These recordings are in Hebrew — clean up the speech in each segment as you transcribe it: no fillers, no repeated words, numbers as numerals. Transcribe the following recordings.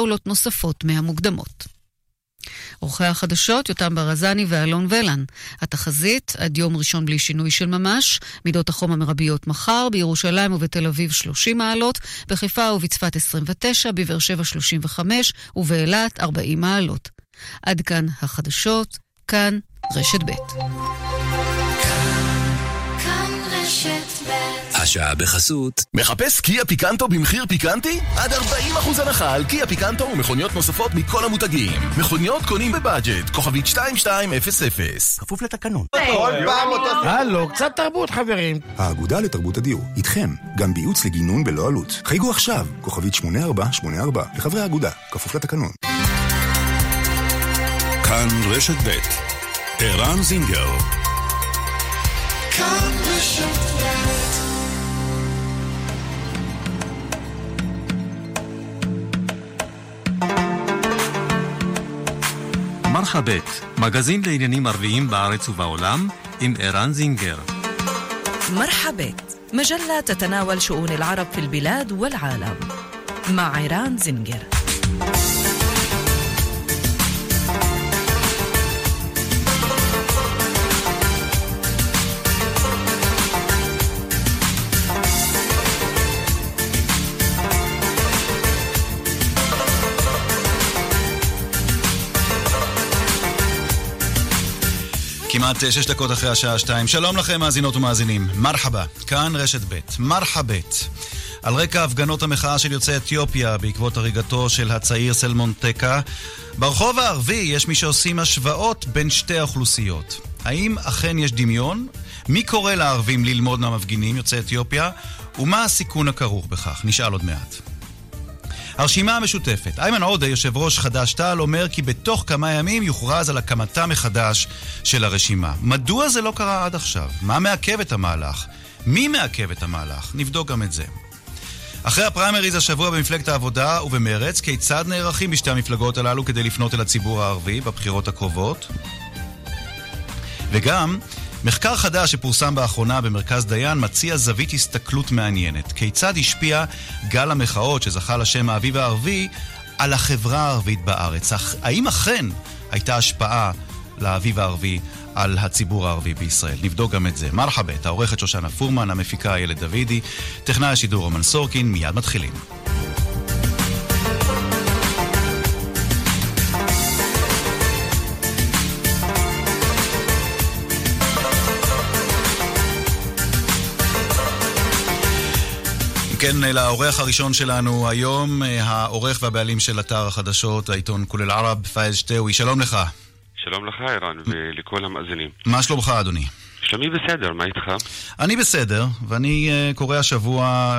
עולות נוספות מהמוקדמות. עורכי החדשות יותם ברזני ואלון ולן. התחזית עד יום ראשון בלי שינוי של ממש. מידות החום המרביות מחר בירושלים ובתל אביב 30 מעלות, בחיפה ובצפת 29, בבאר שבע 35 ובאילת 40 מעלות. עד כאן החדשות, כאן רשת ב'. כאן רשת ב'. השעה בחסות. מחפש קיה פיקנטו במחיר פיקנטי? עד 40% הנחה על קיה פיקנטו ומכוניות נוספות מכל המותגים. מכוניות קונים בבאג'ט, כוכבית 2200. כפוף לתקנון. כל פעם אותו... הלו, קצת תרבות חברים. האגודה לתרבות הדיור, איתכם, גם בייעוץ לגינון בלא עלות. חייגו עכשיו, כוכבית 8484, לחברי האגודה, כפוף לתקנון. כאן רשת ב'. ערן זינגר. כאן רשת ב'. מרחבת, מגזין לעניינים ערביים בארץ ובעולם עם ערן זינגר. مرحبت مجلة تتناول شؤون العرب في البلاد والعالم مع عران زنجر. כמעט 6 דקות אחרי השעה 2. שלום לכם מאזינות ומאזינים. מרחבה, כאן רשת ב'. מרחבת. על רקע הפגנות המחאה של יוצאי אתיופיה בעקבות הריגתו של הצעיר סלמון טקה, ברחוב הערבי יש מי שעושים השוואות בין שתי האוכלוסיות. האם אכן יש דמיון? מי קורא לערבים ללמוד מהמפגינים יוצאי אתיופיה? ומה הסיכון הכרוך בכך? נשאל עוד מעט. הרשימה המשותפת. איימן עודה, יושב ראש חד"ש תע"ל, אומר כי בתוך כמה ימים יוכרז על הקמתה מחדש של הרשימה. מדוע זה לא קרה עד עכשיו? מה מעכב את המהלך? מי מעכב את המהלך? נבדוק גם את זה. אחרי הפריימריז השבוע במפלגת העבודה ובמרץ, כיצד נערכים בשתי המפלגות הללו כדי לפנות אל הציבור הערבי בבחירות הקרובות? וגם מחקר חדש שפורסם באחרונה במרכז דיין מציע זווית הסתכלות מעניינת. כיצד השפיע גל המחאות שזכה לשם האביב הערבי על החברה הערבית בארץ? האם אכן הייתה השפעה לאביב הערבי על הציבור הערבי בישראל? נבדוק גם את זה. מרחבת, העורכת שושנה פורמן, המפיקה איילת דוידי, טכנאי השידור רומן סורקין. מיד מתחילים. כן, לעורך הראשון שלנו היום, העורך והבעלים של אתר החדשות, העיתון כול אל-ערב, פאיז שטאווי. שלום לך. שלום לך, ערן, ולכל המאזינים. מה שלומך, אדוני? שלומי בסדר, מה איתך? אני בסדר, ואני קורא השבוע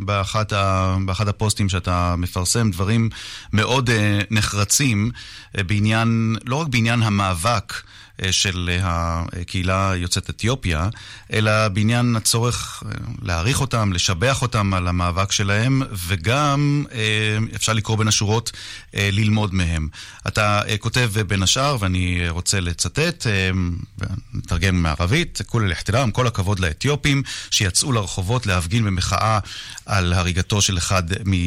באחד הפוסטים שאתה מפרסם דברים מאוד נחרצים בעניין, לא רק בעניין המאבק של הקהילה יוצאת אתיופיה, אלא בעניין הצורך להעריך אותם, לשבח אותם על המאבק שלהם, וגם אפשר לקרוא בין השורות ללמוד מהם. אתה כותב בין השאר, ואני רוצה לצטט, נתרגם מערבית, כול אל-ihtiram, כל הכבוד לאתיופים שיצאו לרחובות להפגין במחאה על הריגתו של אחד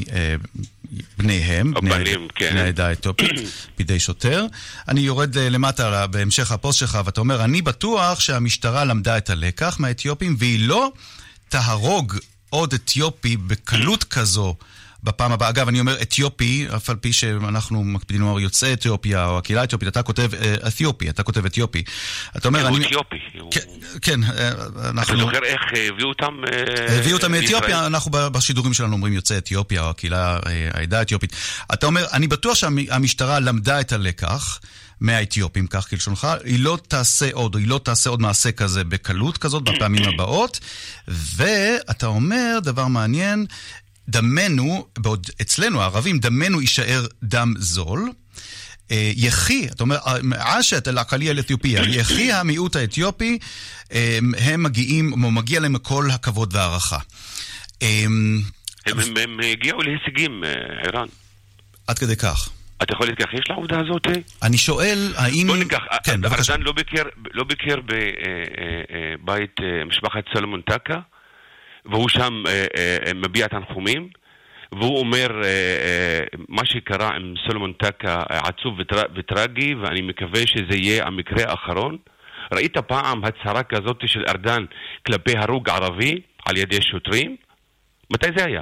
בניהם, בני העדה האתיופית, בידי שוטר. אני יורד למטה בהמשך הפוסט שלך, ואתה אומר, אני בטוח שהמשטרה למדה את הלקח מהאתיופים, והיא לא תהרוג עוד אתיופי בקלות כזו בפעם הבאה. אגב, אני אומר אתיופי, אף על פי שאנחנו מקפידים לומר יוצאי אתיופיה, או הקהילה האתיופית, אתה כותב אתיופי, אתה כותב אתיופי. אתה אומר, הוא אתיופי. כן, אתה זוכר איך הביאו אותם מאתיופיה, אנחנו בשידורים שלנו אומרים יוצאי אתיופיה, או הקהילה, העדה האתיופית. אתה אומר, אני בטוח שהמשטרה למדה את הלקח מהאתיופים, כך כלשונך, היא לא תעשה עוד מעשה כזה בקלות כזאת בפעמים הבאות, ואתה אומר דבר מעניין, דמנו, בעוד אצלנו הערבים, דמנו יישאר דם זול, יחי, אתה אומר, עשת אל-אקליה האתיופיה, יחי המיעוט האתיופי, הם מגיעים, או מגיע להם כל הכבוד והערכה. הם הגיעו להישגים, ערן. עד כדי כך. אתה יכול להתכחש לעובדה הזאת? אני שואל, האם... בוא ניקח, ארדן לא ביקר בבית משפחת סלומון טקה, והוא שם מביע תנחומים, והוא אומר, מה שקרה עם סולומון טקה עצוב וטרגי, ואני מקווה שזה יהיה המקרה האחרון. ראית פעם הצהרה כזאת של ארדן כלפי הרוג ערבי על ידי שוטרים? מתי זה היה?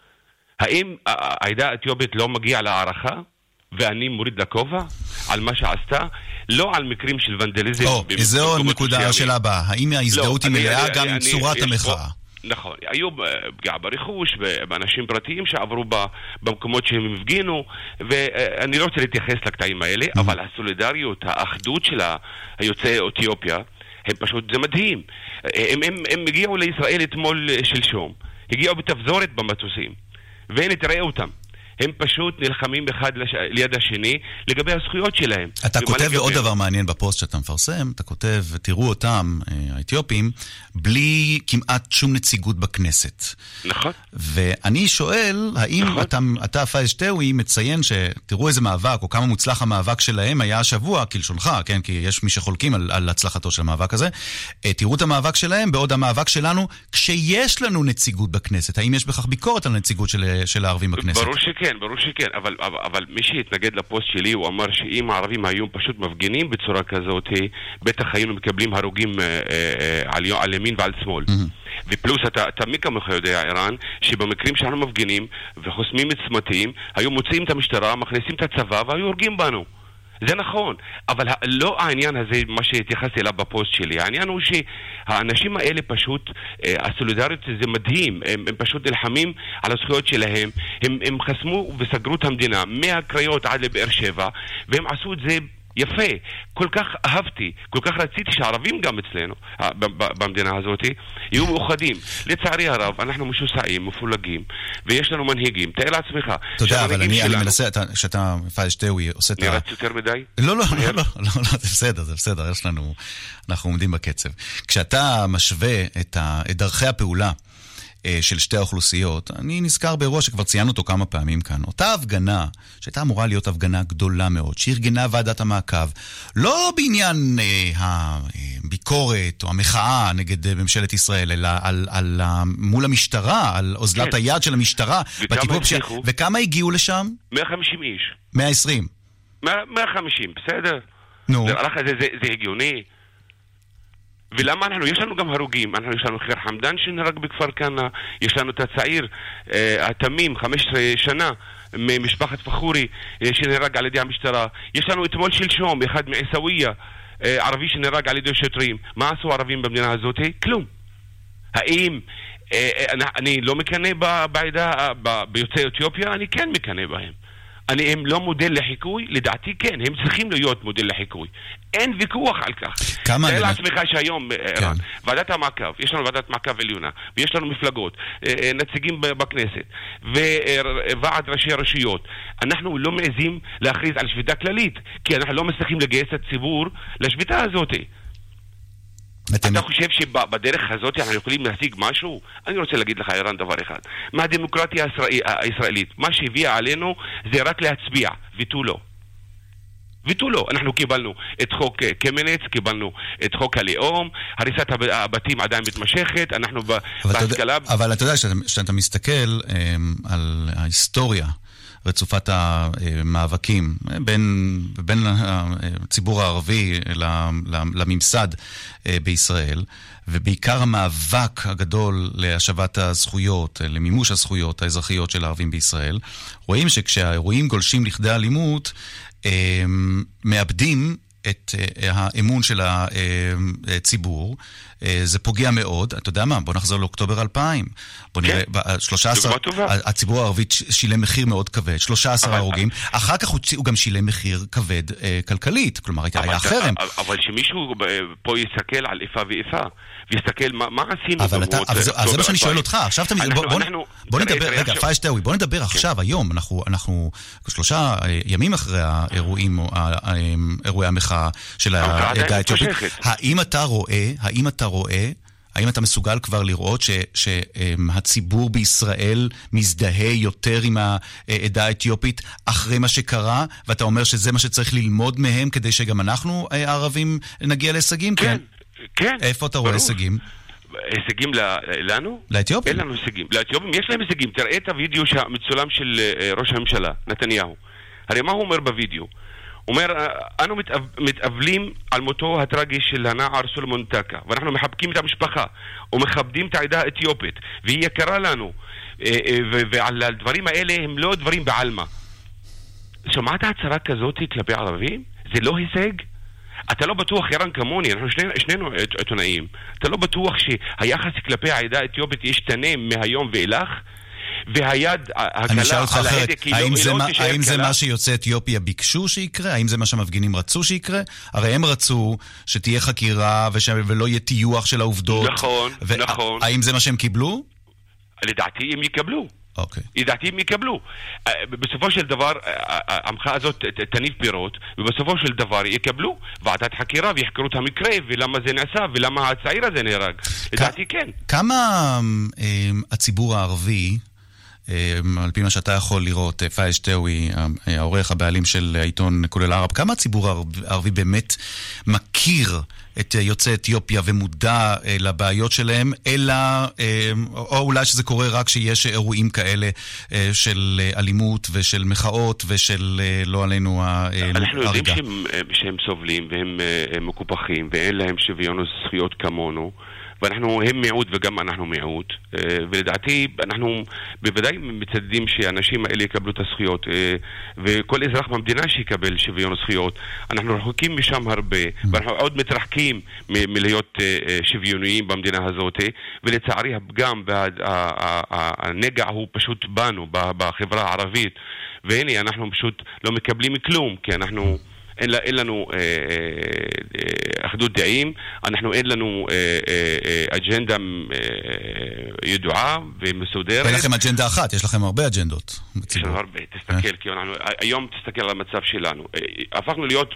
האם העדה האתיופית לא מגיע להערכה? ואני מוריד לכובע על מה שעשתה? לא על מקרים של ונדליזם. זו הנקודה של הבאה. האם ההזדהות היא מלאה גם עם צורת המחאה? נכון, היו פגיעה ברכוש באנשים פרטיים שעברו במקומות שהם הפגינו, ואני לא רוצה להתייחס לקטעים האלה, אבל הסולידריות, האחדות של היוצאי אתיופיה, הם פשוט, זה מדהים. הם הגיעו לישראל אתמול שלשום, הגיעו בתפזורת במטוסים, והנה תראה אותם. הם פשוט נלחמים אחד ליד השני לגבי הזכויות שלהם. אתה כותב עוד דבר מעניין בפוסט שאתה מפרסם, אתה כותב, תראו אותם, האתיופים, בלי כמעט שום נציגות בכנסת. נכון. ואני שואל, האם אתה פאיז שטאווי מציין שתראו איזה מאבק, או כמה מוצלח המאבק שלהם היה השבוע, כלשונך, כן? כי יש מי שחולקים על הצלחתו של המאבק הזה. תראו את המאבק שלהם, בעוד המאבק שלנו, כשיש לנו נציגות בכנסת. האם יש בכך ביקורת על הנציגות של הערבים בכנסת? ברור שכן. ברור שכן, אבל מי שהתנגד לפוסט שלי, הוא אמר שאם הערבים היו פשוט מפגינים בצורה כזאת, בטח היינו מקבלים הרוגים על ימין ועל שמאל. ופלוס, אתה מי כמוך יודע, ערן, שבמקרים שאנחנו מפגינים וחוסמים את צמתים, היו מוצאים את המשטרה, מכניסים את הצבא והיו הורגים בנו. זה נכון, אבל לא העניין הזה, מה שהתייחסתי אליו בפוסט שלי. העניין הוא שהאנשים האלה פשוט, הסולידריות זה מדהים, הם פשוט נלחמים על הזכויות שלהם, הם חסמו וסגרו את המדינה מהקריות עד לבאר שבע, והם עשו את זה יפה. כל כך אהבתי, כל כך רציתי שהערבים גם אצלנו, במדינה הזאת, יהיו מאוחדים. לצערי הרב, אנחנו משוסעים, מפולגים, ויש לנו מנהיגים. תאר לעצמך. תודה, אבל אני מנסה, שאתה פאיז שטאווי עושה את ה... נראה יותר מדי? לא, זה בסדר, אנחנו עומדים בקצב. כשאתה משווה את דרכי הפעולה של שתי האוכלוסיות, אני נזכר באירוע שכבר ציינו אותו כמה פעמים כאן. אותה הפגנה, שהייתה אמורה להיות הפגנה גדולה מאוד, שארגנה ועדת המעקב, לא בעניין הביקורת או המחאה נגד ממשלת ישראל, אלא מול המשטרה, על אוזלת היד של המשטרה. וכמה הגיעו לשם? 150 איש. 120. 150, בסדר. נו. זה הגיוני. ולמה יש לנו גם הרוגים, יש לנו חיר חמדן שנהרג בכפר כנא, יש לנו את הצעיר, התמים, 15 שנה, ממשפחת פחורי, שנהרג על ידי המשטרה, יש לנו אתמול שלשום, אחד מעיסאוויה, ערבי שנהרג על ידי שוטרים. מה עשו הערבים במדינה הזאת? כלום. האם אני לא מקנא בעדה, ביוצאי אתיופיה? אני כן מקנא בהם. הם לא מודל לחיקוי? לדעתי כן, הם צריכים להיות מודל לחיקוי. אין ויכוח על כך. תאר לעצמך שהיום, ועדת המעקב, יש לנו ועדת מעקב עליונה, ויש לנו מפלגות, נציגים בכנסת, וועד ראשי הרשויות. אנחנו לא מעזים להכריז על שביתה כללית, כי אנחנו לא מצליחים לגייס את הציבור לשביתה הזאת. אתה חושב שבדרך הזאת אנחנו יכולים להשיג משהו? אני רוצה להגיד לך, ערן, דבר אחד. מהדמוקרטיה הישראלית, מה שהביאה עלינו זה רק להצביע, ותו לא. ותו לא. אנחנו קיבלנו את חוק קמיניץ, קיבלנו את חוק הלאום, הריסת הבתים עדיין מתמשכת, אנחנו בהשכלה... אבל אתה יודע, כשאתה מסתכל על ההיסטוריה, רצופת המאבקים בין הציבור הערבי לממסד בישראל, ובעיקר המאבק הגדול להשבת הזכויות, למימוש הזכויות האזרחיות של הערבים בישראל, רואים שכשהאירועים גולשים לכדי אלימות, מאבדים את האמון של הציבור, זה פוגע מאוד. אתה יודע מה? בוא נחזור לאוקטובר 2000. בוא נראה, 13, הציבור הערבי שילם מחיר מאוד כבד, 13 הרוגים, אחר כך הוא גם שילם מחיר כבד כלכלית, כלומר היה חרם. אבל שמישהו פה יסתכל על איפה ואיפה, ויסתכל מה עשינו. אבל זה מה שאני שואל אותך, עכשיו בוא נדבר, רגע, פאיז שטאווי, בוא נדבר עכשיו, היום, אנחנו 3 ימים אחרי אירועי המחאה של העדה האתיופית. האם אתה מסוגל כבר לראות שהציבור בישראל מזדהה יותר עם העדה האתיופית אחרי מה שקרה, ואתה אומר שזה מה שצריך ללמוד מהם כדי שגם אנחנו הערבים נגיע להישגים? כן. איפה אתה רואה הישגים? הישגים לנו? לאתיופים? אין לנו הישגים. לאתיופים יש להם הישגים. תראה את הוידאו המצולם של ראש הממשלה, נתניהו. הרי מה הוא אומר בוידאו? הוא אומר, אנו מתאבלים על מותו הטרגי של הנער סולומון טקה, ואנחנו מחבקים את המשפחה ומכבדים את העדה האתיופית, והיא יקרה לנו, ועל הדברים האלה הם לא דברים בעלמה. שמעת הצהרה כזאת כלפי ערבים? זה לא הישג? אתה לא בטוח, ירן כמוני, אנחנו שנינו עיתונאים, אתה לא בטוח שהיחס כלפי העדה האתיופית ישתנה מהיום ואילך? והיד הקלה על ההדק היא לא תישאר קלה. האם זה מה שיוצאי אתיופיה ביקשו שיקרה? האם זה מה שהמפגינים רצו שיקרה? הרי הם רצו שתהיה חקירה ולא יהיה טיוח של העובדות. נכון, נכון. האם זה מה שהם קיבלו? לדעתי הם יקבלו. אוקיי. לדעתי הם יקבלו. בסופו של דבר, המחאה הזאת תניב פירות, ובסופו של דבר יקבלו ועדת חקירה ויחקרו את המקרה, ולמה זה נעשה, ולמה הצעיר הזה נהרג. לדעתי כן. כמה הציבור הערבי, על פי מה שאתה יכול לראות, פאיז שטאווי, העורך הבעלים של העיתון כל אל-ערב, כמה הציבור הערבי באמת מכיר את יוצאי אתיופיה ומודע לבעיות שלהם, אלא, או אולי שזה קורה רק שיש אירועים כאלה של אלימות ושל מחאות ושל לא עלינו הריגה. אנחנו יודעים שהם סובלים והם מקופחים ואין להם שוויון וזכויות כמונו, הם מיעוט וגם אנחנו מיעוט, ולדעתי אנחנו בוודאי מצדדים שהאנשים האלה יקבלו את הזכויות, וכל אזרח במדינה שיקבל שוויון זכויות. אנחנו רחוקים משם הרבה, ואנחנו עוד מתרחקים מלהיות שוויוניים במדינה הזאת, ולצערי הפגם והנגע הוא פשוט בנו, בחברה הערבית, והנה אנחנו פשוט לא מקבלים כלום, כי אנחנו אין לנו אחדות דעים, אין לנו אג'נדה ידועה ומסודרת. אין לכם אג'נדה אחת, יש לכם הרבה אג'נדות. יש לנו הרבה, תסתכל, כי היום תסתכל על המצב שלנו. הפכנו להיות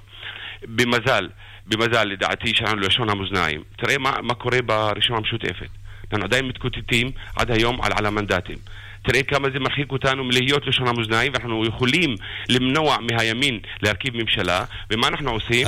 במזל לדעתי שלנו לשון המאזניים. תראה מה קורה ברשימה המשותפת. אנחנו עדיין מתקוטטים עד היום על המנדטים. תראה כמה זה מרחיק אותנו מלהיות לשון המאזניים, ואנחנו יכולים למנוע מהימין להרכיב ממשלה, ומה אנחנו עושים?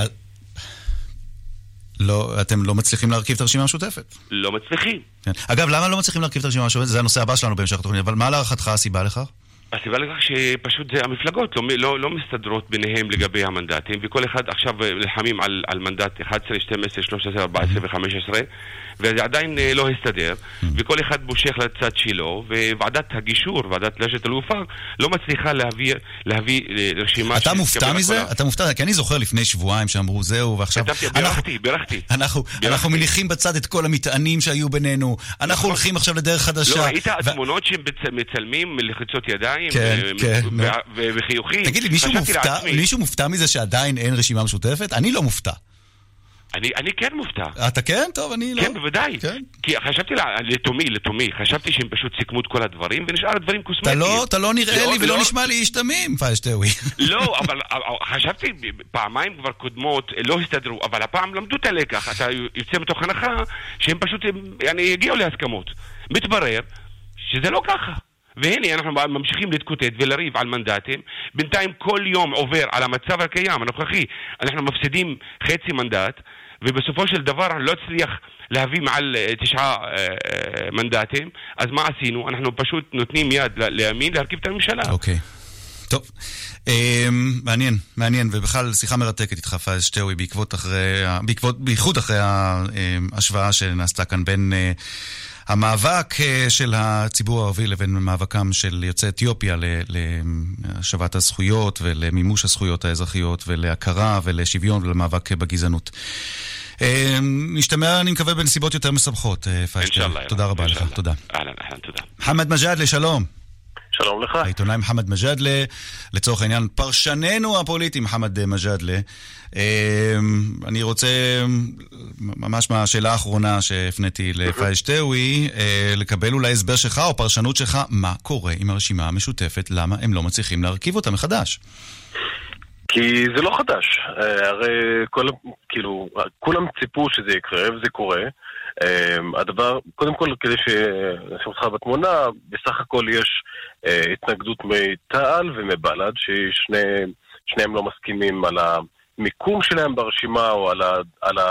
לא, אתם לא מצליחים להרכיב את הרשימה המשותפת. לא מצליחים. כן. אגב, למה לא מצליחים להרכיב את הרשימה המשותפת? זה הנושא הבא שלנו בהמשך התוכנית, אבל מה להערכתך הסיבה לכך? הסיבה לכך שפשוט זה המפלגות לא מסתדרות ביניהם לגבי המנדטים, וכל אחד עכשיו לחמים על מנדט 11, 12, 13, 14 ו-15, וזה עדיין לא הסתדר, וכל אחד מושך לצד שלו, וועדת הגישור, ועדת לשת אלופר, לא מצליחה להביא רשימה... אתה מופתע מזה? אתה מופתע? כי אני זוכר לפני שבועיים שאמרו זהו, ועכשיו... בירכתי. אנחנו מניחים בצד את כל המטענים שהיו בינינו, אנחנו הולכים עכשיו לדרך חדשה. לא, ראית התמונות שמצלמים מלחיצות ידיים וחיוכים. תגיד לי, מישהו מופתע מזה שעדיין אין רשימה משותפת? אני לא מופתע. אני כן מופתע. אתה כן? טוב, אני לא. כן, בוודאי. כי חשבתי לתומי, חשבתי שהם פשוט סיכמו את כל הדברים, ונשאר הדברים קוסמטיים. אתה לא נראה לי ולא נשמע לי איש תמים, פאיז שטאווי. לא, אבל חשבתי פעמיים כבר קודמות, לא הסתדרו, אבל הפעם למדו את הלקח. אתה יוצא מתוך הנחה שהם פשוט יגיעו להסכמות. מתברר שזה לא ככה. והנה אנחנו ממשיכים להתקוטט ולריב על מנדטים. בינתיים כל יום עובר על המצב הקיים הנוכחי, אנחנו מפסידים חצי מנדט, ובסופו של דבר לא הצליח להביא מעל 9 מנדטים. אז מה עשינו? אנחנו פשוט נותנים יד לימין להרכיב את הממשלה. אוקיי. טוב, מעניין, ובכלל שיחה מרתקת איתך פאיז שטאווי בייחוד אחרי ההשוואה שנעשתה כאן בין המאבק של הציבור הערבי לבין מאבקם של יוצאי אתיופיה להשבת הזכויות ולמימוש הזכויות האזרחיות ולהכרה ולשוויון ולמאבק בגזענות. נשתמע, אני מקווה, בנסיבות יותר מסבכות, פאיז שטאווי. תודה רבה לך, תודה. תודה. מוחמד מג'אדלה, שלום. שלום לך. העיתונאי מוחמד מג'אדלה, לצורך העניין פרשננו הפוליטי מוחמד מג'אדלה. אני רוצה, ממש מהשאלה האחרונה שהפניתי לפאיז שטאווי, לקבל אולי הסבר שלך או פרשנות שלך, מה קורה עם הרשימה המשותפת, למה הם לא מצליחים להרכיב אותה מחדש? כי זה לא חדש. הרי כולם ציפו שזה יקרה, וזה קורה. הדבר, קודם כל, כדי שנשים אותך בתמונה, בסך הכל יש התנגדות מתע"ל ומבל"ד, ששניהם לא מסכימים על המיקום שלהם ברשימה, או על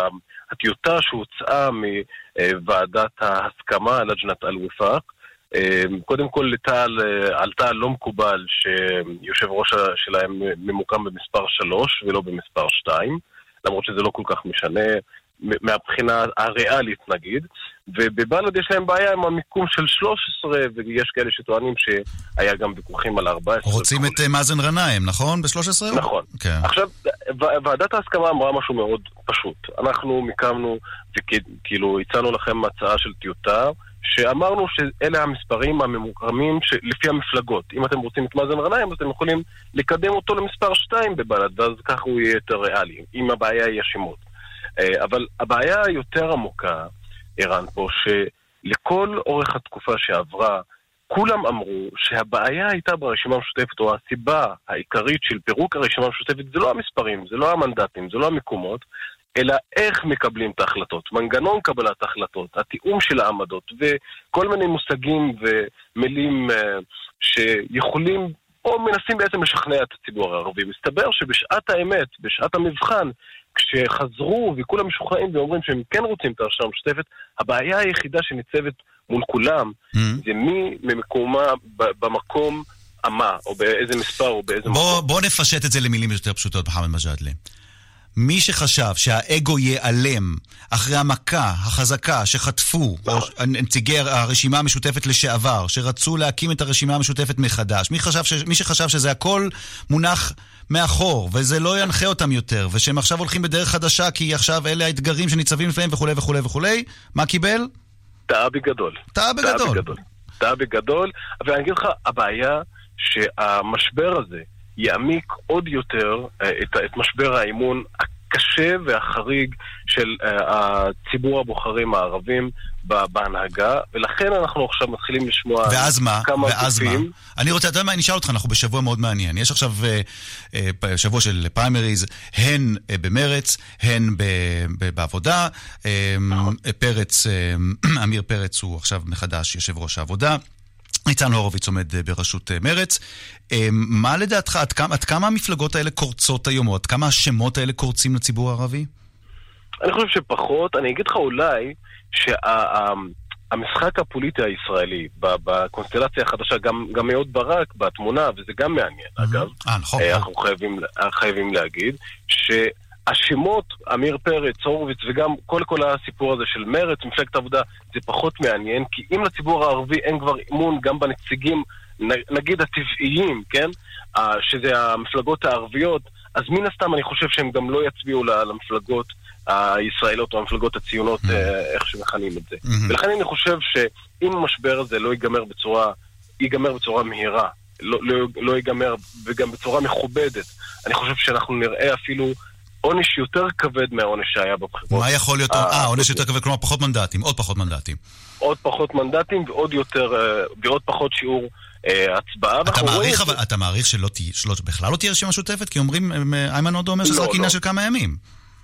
הטיוטה שהוצאה מוועדת ההסכמה, לג'נת אל-ופאק, קודם כל עלתה לא מקובל שיושב ראש שלהם ממוקם במספר 3 ולא במספר 2, למרות שזה לא כל כך משנה מהבחינה הריאלית נגיד, ובבל"ד יש להם בעיה עם המיקום של 13, ויש כאלה שטוענים שהיה גם ויכוחים על 14. רוצים את מאזן גנאים, נכון? ב-13? נכון. כן. עכשיו, ועדת ההסכמה אמרה משהו מאוד פשוט. אנחנו מיקמנו, וכאילו הצענו לכם הצעה של טיוטה, שאמרנו שאלה המספרים הממוקרמים לפי המפלגות. אם אתם רוצים את מאזן גנאים, אז אתם יכולים לקדם אותו למספר 2 בבל"ד, ואז ככה הוא יהיה יותר ריאלי, אם הבעיה היא השמות. אבל הבעיה היותר עמוקה, ערן פה, שלכל אורך התקופה שעברה, כולם אמרו שהבעיה הייתה ברשימה המשותפת, או הסיבה העיקרית של פירוק הרשימה המשותפת, זה לא המספרים, זה לא המנדטים, זה לא המקומות, אלא איך מקבלים את ההחלטות, מנגנון קבלת ההחלטות, התיאום של העמדות, וכל מיני מושגים ומילים שיכולים, או מנסים בעצם לשכנע את הציבור הערבי. מסתבר שבשעת האמת, בשעת המבחן, כשחזרו וכולם משוכנעים ואומרים שהם כן רוצים את הרשימה המשותפת, הבעיה היחידה שניצבת מול כולם, זה מי ממקומה במקום מה, או באיזה מספר, או באיזה מקום. בוא נפשט את זה למילים יותר פשוטות, מחמד מג'אדלה. מי שחשב שהאגו ייעלם אחרי המכה החזקה שחטפו נציגי הרשימה המשותפת לשעבר, שרצו להקים את הרשימה המשותפת מחדש, מי שחשב שזה הכל מונח מאחור, וזה לא ינחה אותם יותר, ושהם עכשיו הולכים בדרך חדשה, כי עכשיו אלה האתגרים שניצבים לפניהם וכו' וכו' וכו', מה קיבל? טעה בגדול. טעה בגדול, אבל אני אגיד לך, הבעיה שהמשבר הזה יעמיק עוד יותר את משבר האמון הקשה והחריג של הציבור הבוחרים הערבים בהנהגה, ולכן אנחנו עכשיו מתחילים לשמוע כמה גופים. אני רוצה, אתה יודע מה, אני אשאל אותך, אנחנו בשבוע מאוד מעניין. יש עכשיו שבוע של פריימריז, הן במרץ, הן בעבודה. אמיר פרץ הוא עכשיו מחדש יושב ראש העבודה. ניצן הורוביץ עומד בראשות מרץ. מה לדעתך, עד כמה המפלגות האלה קורצות היום, או עד כמה השמות האלה קורצים לציבור הערבי? אני חושב שפחות. אני אגיד לך אולי שהמשחק הפוליטי הישראלי בקונסטלציה החדשה, גם מאוד ברק בתמונה, וזה גם מעניין אגב, אנחנו חייבים להגיד השמות, אמיר פרץ, הורוביץ, וגם כל הסיפור הזה של מרץ, מפלגת העבודה, זה פחות מעניין, כי אם לציבור הערבי אין כבר אימון גם בנציגים, נגיד הטבעיים, כן? שזה המפלגות הערביות, אז מן הסתם אני חושב שהם גם לא יצביעו למפלגות הישראליות או המפלגות הציונות, איך שמכנים את זה. ולכן אני חושב שאם המשבר הזה לא ייגמר בצורה מהירה, לא ייגמר וגם בצורה מכובדת, אני חושב שאנחנו נראה אפילו עונש יותר כבד מהעונש שהיה בבחירות. מה יכול להיות? עונש יותר כבד, כלומר פחות מנדטים, עוד פחות מנדטים. עוד פחות מנדטים ועוד פחות שיעור הצבעה. אתה מעריך שבכלל לא תהיה רשימה משותפת? כי אומרים, איימן עודה אומר שזה רק עניין של כמה ימים.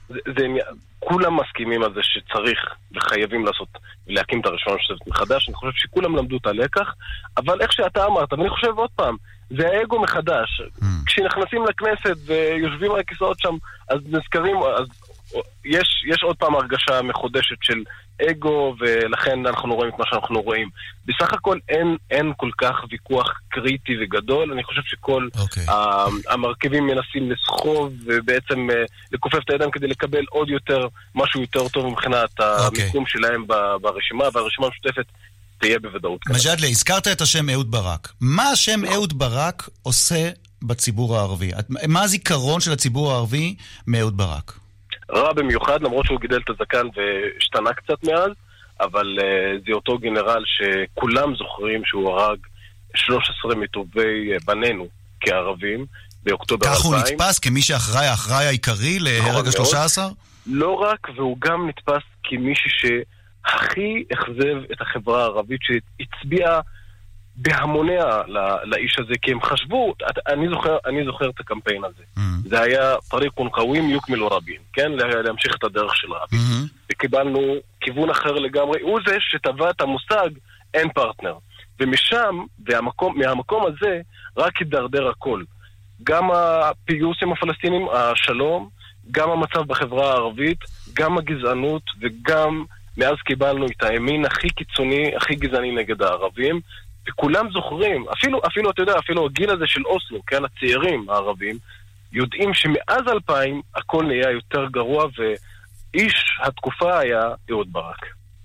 כולם מסכימים על זה שצריך וחייבים להקים את הרשימה המשותפת מחדש. אני חושב שכולם למדו את הלקח, אבל איך שאתה אמרת, ואני חושב עוד פעם, זה האגו מחדש. כשנכנסים לכנסת ויושבים על הכיסאות שם, אז נזכרים, אז יש עוד פעם הרגשה מחודשת של אגו, ולכן אנחנו רואים את מה שאנחנו רואים. בסך הכל אין כל כך ויכוח קריטי וגדול. אני חושב שכל המרכיבים מנסים לסחוב ובעצם לקופף את הידיים כדי לקבל עוד יותר, משהו יותר טוב מבחינת המיקום שלהם ברשימה, והרשימה המשותפת תהיה בוודאות. מג'אדלה, הזכרת את השם אהוד ברק. מה השם אהוד ברק עושה בציבור הערבי? מה הזיכרון של הציבור הערבי מאהוד ברק? רע במיוחד, למרות שהוא גידל את הזקן והשתנה קצת מאז, אבל זה אותו גנרל שכולם זוכרים שהוא הרג 13 מטובי בנינו כערבים באוקטובר 2000. כך הוא נתפס כמי שאחראי, האחראי העיקרי להרג ה-13? לא רק, והוא גם נתפס כמישהו שהכי אכזב את החברה הערבית, שהצביע בהמוניה לאיש הזה, כי הם חשבו, אני זוכר את הקמפיין הזה. זה היה טריqun qawim yukmilu רבין, כן? להמשיך את הדרך של רבין. וקיבלנו כיוון אחר לגמרי. הוא זה שטבע את המושג אין פרטנר. ומשם, מהמקום הזה, רק ידרדר הכל. גם הפיוס עם הפלסטינים, השלום, גם המצב בחברה הערבית, גם הגזענות, וגם מאז קיבלנו את הימין הכי קיצוני, הכי גזעני נגד הערבים, וכולם זוכרים, אפילו אתה יודע, אפילו הגיל הזה של אוסלו, כן, הצעירים הערבים, יודעים שמאז 2000 הכל נהיה יותר גרוע, ואיש התקופה היה אהוד ברק.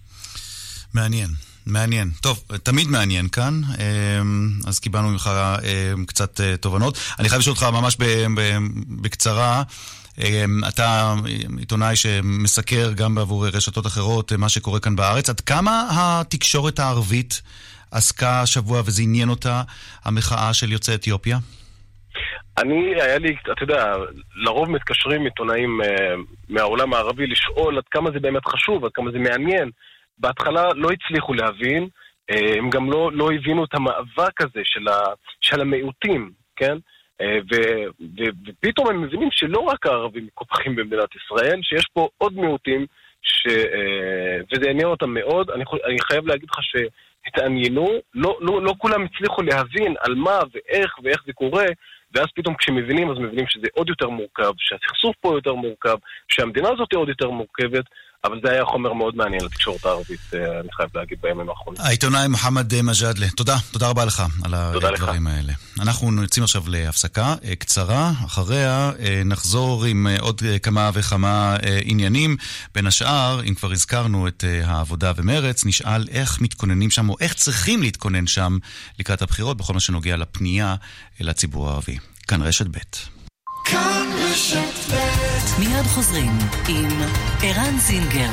מעניין. טוב, תמיד מעניין כאן, אז קיבלנו ממך קצת תובנות. אני חייב לשאול אותך ממש בקצרה, אתה עיתונאי שמסקר גם בעבור רשתות אחרות מה שקורה כאן בארץ. עד כמה התקשורת הערבית עסקה השבוע וזה עניין אותה, המחאה של יוצאי אתיופיה? היה לי, אתה יודע, לרוב מתקשרים עיתונאים מהעולם הערבי לשאול עד כמה זה באמת חשוב, עד כמה זה מעניין. בהתחלה לא הצליחו להבין, הם גם לא הבינו את המאבק הזה של המיעוטים, כן? ופתאום הם מבינים שלא רק הערבים מקופחים במדינת ישראל, שיש פה עוד מיעוטים, וזה עניין אותם מאוד. אני חייב להגיד לך שהתעניינו, לא כולם הצליחו להבין על מה ואיך זה קורה, ואז פתאום כשמבינים, אז מבינים שזה עוד יותר מורכב, שהסכסוך פה יותר מורכב, שהמדינה הזאת עוד יותר מורכבת, אבל זה היה חומר מאוד מעניין לתקשורת הערבית, אני חייב להגיד בימים האחרונים. העיתונאי מוחמד מג'אדלה, תודה רבה לך על הדברים האלה. אנחנו יוצאים עכשיו להפסקה קצרה, אחריה נחזור עם עוד כמה וכמה עניינים, בין השאר, אם כבר הזכרנו את העבודה ומרץ, נשאל איך מתכוננים שם, או איך צריכים להתכונן שם לקראת הבחירות, בכל מה שנוגע לפנייה לציבור הערבי. כאן רשת ב'. כאן רשת ב'. מיד חוזרים עם ערן זינגר.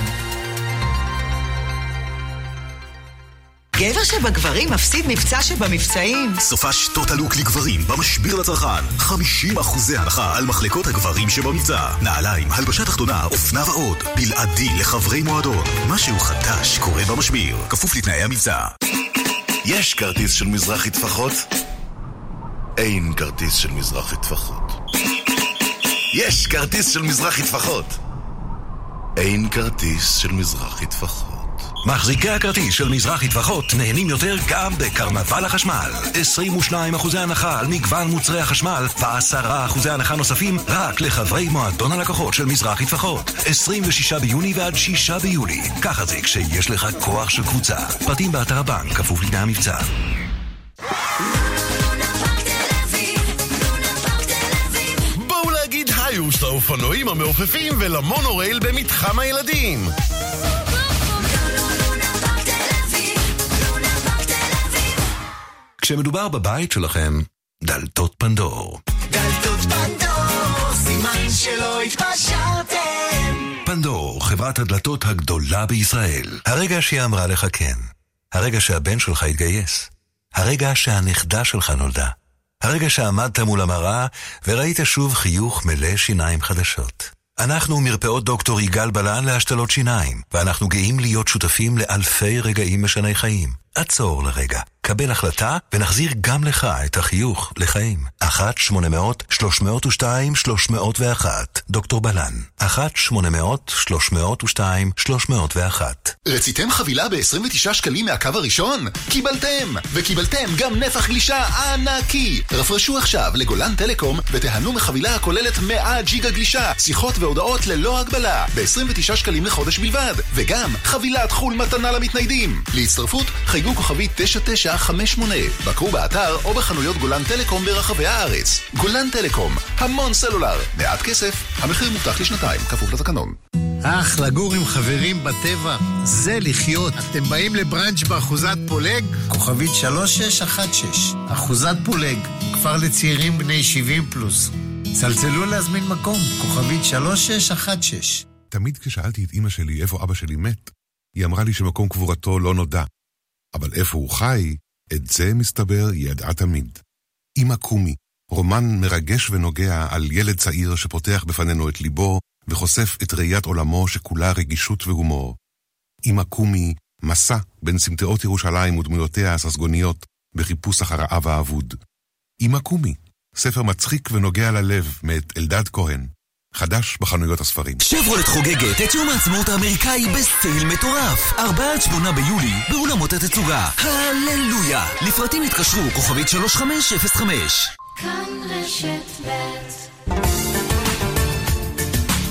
גבר שבגברים מפסיד מבצע שבמבצעים. סופש טוטלוק לגברים במשביר לצרכן 50% הנחה על מחלקות הגברים שבמבצע. נעליים, הלבשה תחתונה, אופנה ועוד בלעדי לחברי מועדון. משהו חדש קורה במשביר, כפוף לתנאי המבצע. יש כרטיס של מזרחי טפחות? אין כרטיס של מזרחי טפחות. יש כרטיס של מזרחי טפחות. אין כרטיס של מזרחי טפחות. מחזיקי הכרטיס של מזרחי טפחות נהנים יותר גם בקרנבל החשמל. 22% הנחה על מגוון מוצרי החשמל ו10% הנחה נוספים רק לחברי מועדון הלקוחות של מזרחי טפחות. 26 ביוני ועד 6 ביולי. ככה זה כשיש לך כוח של קבוצה. פרטים באתר הבנק, כפוף לתנאי המבצע. היוש לאופנועים המעופפים ולמונורייל במתחם הילדים. כשמדובר בבית שלכם, דלתות פנדור. דלתות פנדור, סימן שלא התפשרתם. פנדור, חברת הדלתות הגדולה בישראל. הרגע שהיא אמרה לך כן. הרגע שהבן שלך התגייס. הרגע שהנכדה שלך נולדה. הרגע שעמדת מול המראה וראית שוב חיוך מלא שיניים חדשות. אנחנו מרפאות דוקטור יגאל בלן להשתלות שיניים, ואנחנו גאים להיות שותפים לאלפי רגעים משני חיים. עצור לרגע, קבל החלטה ונחזיר גם לך את החיוך לחיים. 1-800-302-301 דוקטור בלן 1-800-302-301. רציתם חבילה ב-29 שקלים מהקו הראשון? קיבלתם! וקיבלתם גם נפח גלישה ענקי! רפרשו עכשיו לגולן טלקום ותיהנו מחבילה הכוללת 100 ג'יגה גלישה, שיחות והודעות ללא הגבלה ב-29 שקלים לחודש בלבד, וגם חבילת חול מתנה למתניידים. להצטרפות חייגו כוכבי 9958, בקרו באתר או בחנויות גולן טלקום ברחבי הארץ. גולן טלקום, המון סלולר, מעט כסף, המחיר מובטח לשנתיים, כפוף לתקנון. לגור עם חברים בטבע, זה לחיות. אתם באים לברנץ' באחוזת פולג? כוכבית 3616. אחוזת פולג, כפר לצעירים בני 70 פלוס. צלצלו להזמין מקום, כוכבית 3616. תמיד כששאלתי את אמא שלי איפה אבא שלי מת, היא אמרה לי שמקום קבורתו לא נודע. אבל איפה הוא חי, את זה מסתבר ידעה תמיד. אמא קומי, רומן מרגש ונוגע על ילד צעיר שפותח בפנינו את ליבו וחושף את ראיית עולמו שכולה רגישות והומור. אמא קומי, מסע בין סמטאות ירושלים ודמויותיה הססגוניות בחיפוש אחר האב האבוד. אמא קומי, ספר מצחיק ונוגע ללב מאת אלדד כהן. חדש בחנויות הספרים. שברולט חוגגת את יום העצמאות האמריקאי בסטייל מטורף. 4-8 ביולי באולמות התצוגה. הללויה. לפרטים התקשרו כוכבית 3505. כאן רשת ב'.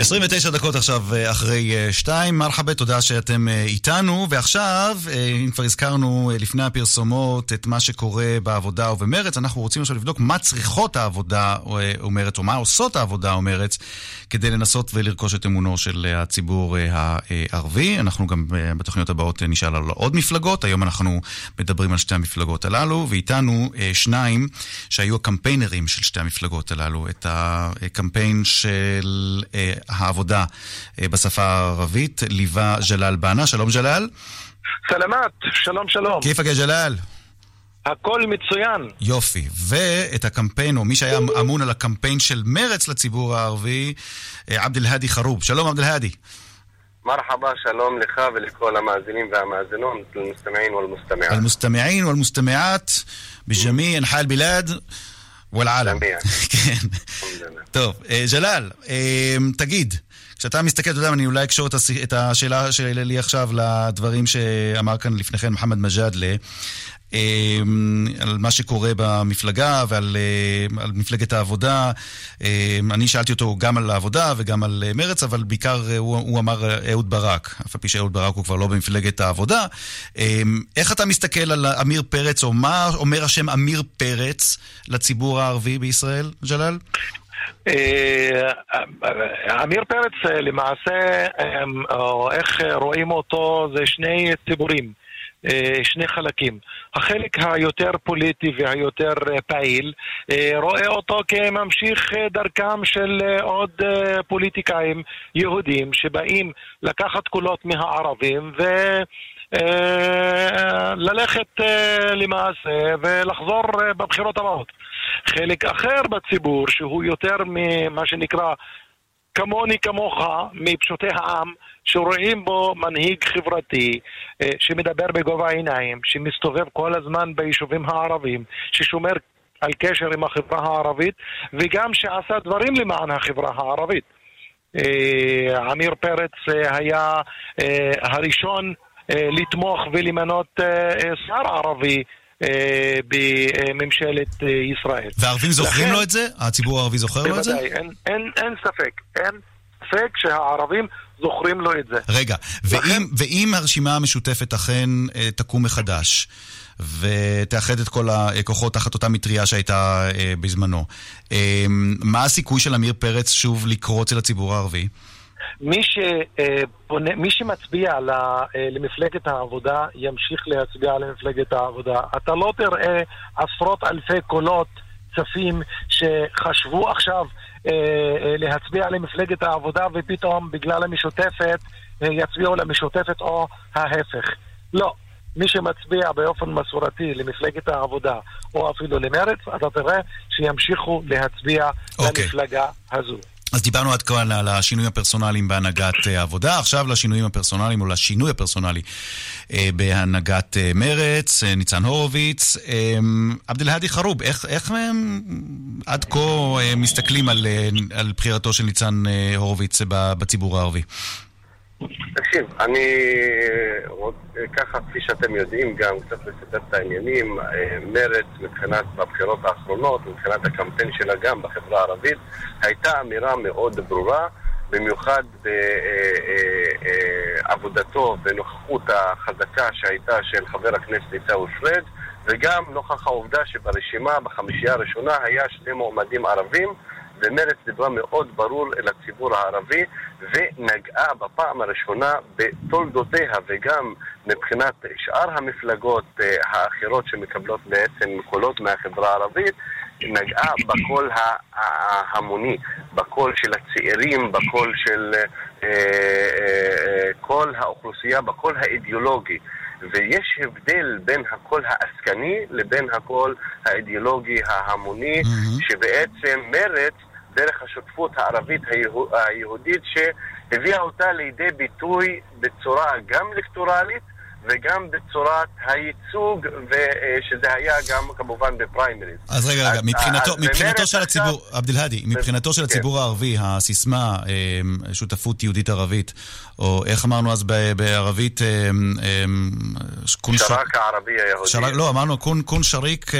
29 דקות עכשיו אחרי 2. מרחבה, תודה שאתם איתנו. ועכשיו, אם כבר הזכרנו לפני הפרסומות את מה שקורה בעבודה ובמרץ, אנחנו רוצים עכשיו לבדוק מה צריכות העבודה ומרץ, או מה עושות העבודה ומרץ, כדי לנסות ולרכוש את אמונו של הציבור הערבי. אנחנו גם בתוכניות הבאות נשאל על עוד מפלגות. היום אנחנו מדברים על שתי המפלגות הללו, ואיתנו שניים שהיו הקמפיינרים של שתי המפלגות הללו. את הקמפיין של העבודה בשפה הערבית ליווה ג'לאל בענה. שלום ג'לאל. סלמת, שלום שלום. כיפק יא ג'לאל? הכל מצוין. יופי. ואת הקמפיין, או מי שהיה אמון על הקמפיין של מרץ לציבור הערבי, עבד אל-האדי חרוב. שלום עבד אל-האדי. מרחבה, שלום לך ולכל המאזינים והמאזינות, المستمعين والمستمعات. المستمعين والمستمعات بجميع أنحاء البلاد والعالم. כן. טוב, ג'לאל, תגיד, כשאתה מסתכל, אתה יודע, אני אולי אקשור את השאלה שלי עכשיו לדברים שאמר כאן לפניכן מוחמד מג'אדלה, על מה שקורה במפלגה ועל מפלגת העבודה. אני שאלתי אותו גם על העבודה וגם על מרץ, אבל בעיקר הוא אמר אהוד ברק, אף על פי שאהוד ברק הוא כבר לא במפלגת העבודה. איך אתה מסתכל על אמיר פרץ, או מה אומר השם אמיר פרץ לציבור הערבי בישראל, ג'לאל? אמיר פרץ למעשה, או איך רואים אותו, זה שני ציבורים, שני חלקים. החלק היותר פוליטי והיותר פעיל רואה אותו כממשיך דרכם של עוד פוליטיקאים יהודים שבאים לקחת קולות מהערבים וללכת למעשה ולחזור בבחירות הבאות. חלק אחר בציבור שהוא יותר ממה שנקרא כמוני כמוך, מפשוטי העם, שרואים בו מנהיג חברתי שמדבר בגובה העיניים, שמסתובב כל הזמן ביישובים הערבים, ששומר על קשר עם החברה הערבית, וגם שעשה דברים למען החברה הערבית. עמיר פרץ היה הראשון לתמוך ולמנות שר ערבי בממשלת ישראל. והערבים זוכרים לו את זה? הציבור הערבי זוכר לו את זה? אין ספק שהערבים זוכרים לו את זה. רגע, ואם הרשימה המשותפת אכן תקום מחדש ותאחד את כל הכוחות תחת אותה מטריה שהייתה בזמנו, מה הסיכוי של אמיר פרץ שוב לקרוץ אל הציבור הערבי? מי שמצביע למפלגת העבודה ימשיך להצביע למפלגת העבודה. אתה לא תראה עשרות אלפי קולות צפים שחשבו עכשיו להצביע למפלגת העבודה ופתאום בגלל המשותפת יצביעו למשותפת או ההפך. לא. מי שמצביע באופן מסורתי למפלגת העבודה או אפילו למרץ, אתה תראה שימשיכו להצביע למפלגה הזו. אז דיברנו עד כאן על השינויים הפרסונליים בהנהגת העבודה, עכשיו לשינויים הפרסונליים או לשינוי הפרסונלי בהנהגת מרץ, ניצן הורוביץ. עבד אל-האדי חרוב, איך עד כה מסתכלים על בחירתו של ניצן הורוביץ בציבור הערבי? תקשיב, אני ככה, כפי שאתם יודעים, גם קצת לספר את העניינים. מרץ מבחינת בבחירות האחרונות, מבחינת הקמפיין שלה גם בחברה הערבית, הייתה אמירה מאוד ברורה, במיוחד בעבודתו ונוכחות החזקה שהייתה של חבר הכנסת עיסאווי פריג', וגם נוכח העובדה שברשימה בחמישייה הראשונה היה שני מועמדים ערבים, ומרץ דיברה מאוד ברור אל הציבור הערבי ונגעה בפעם הראשונה בתולדותיה, וגם מבחינת שאר המפלגות האחרות שמקבלות בעצם קולות מהחברה הערבית, נגעה בקול ההמוני, בקול של הצעירים, בקול של כל האוכלוסייה, בקול האידיאולוגי. ויש הבדל בין הקול העסקני לבין הקול האידיאולוגי ההמוני, שבעצם מרץ דרך השותפות הערבית היהודית שהביאה אותה לידי ביטוי בצורה גם אלקטורלית וגם בצורת הייצוג, ושזה היה גם כמובן בפריימריז. אז רגע, מבחינתו של הציבור, עבד אל-האדי, מבחינתו של הציבור הערבי, הסיסמה שותפות יהודית ערבית, או איך אמרנו אז בערבית, שרק הערבי היהודי. לא, אמרנו קון שריק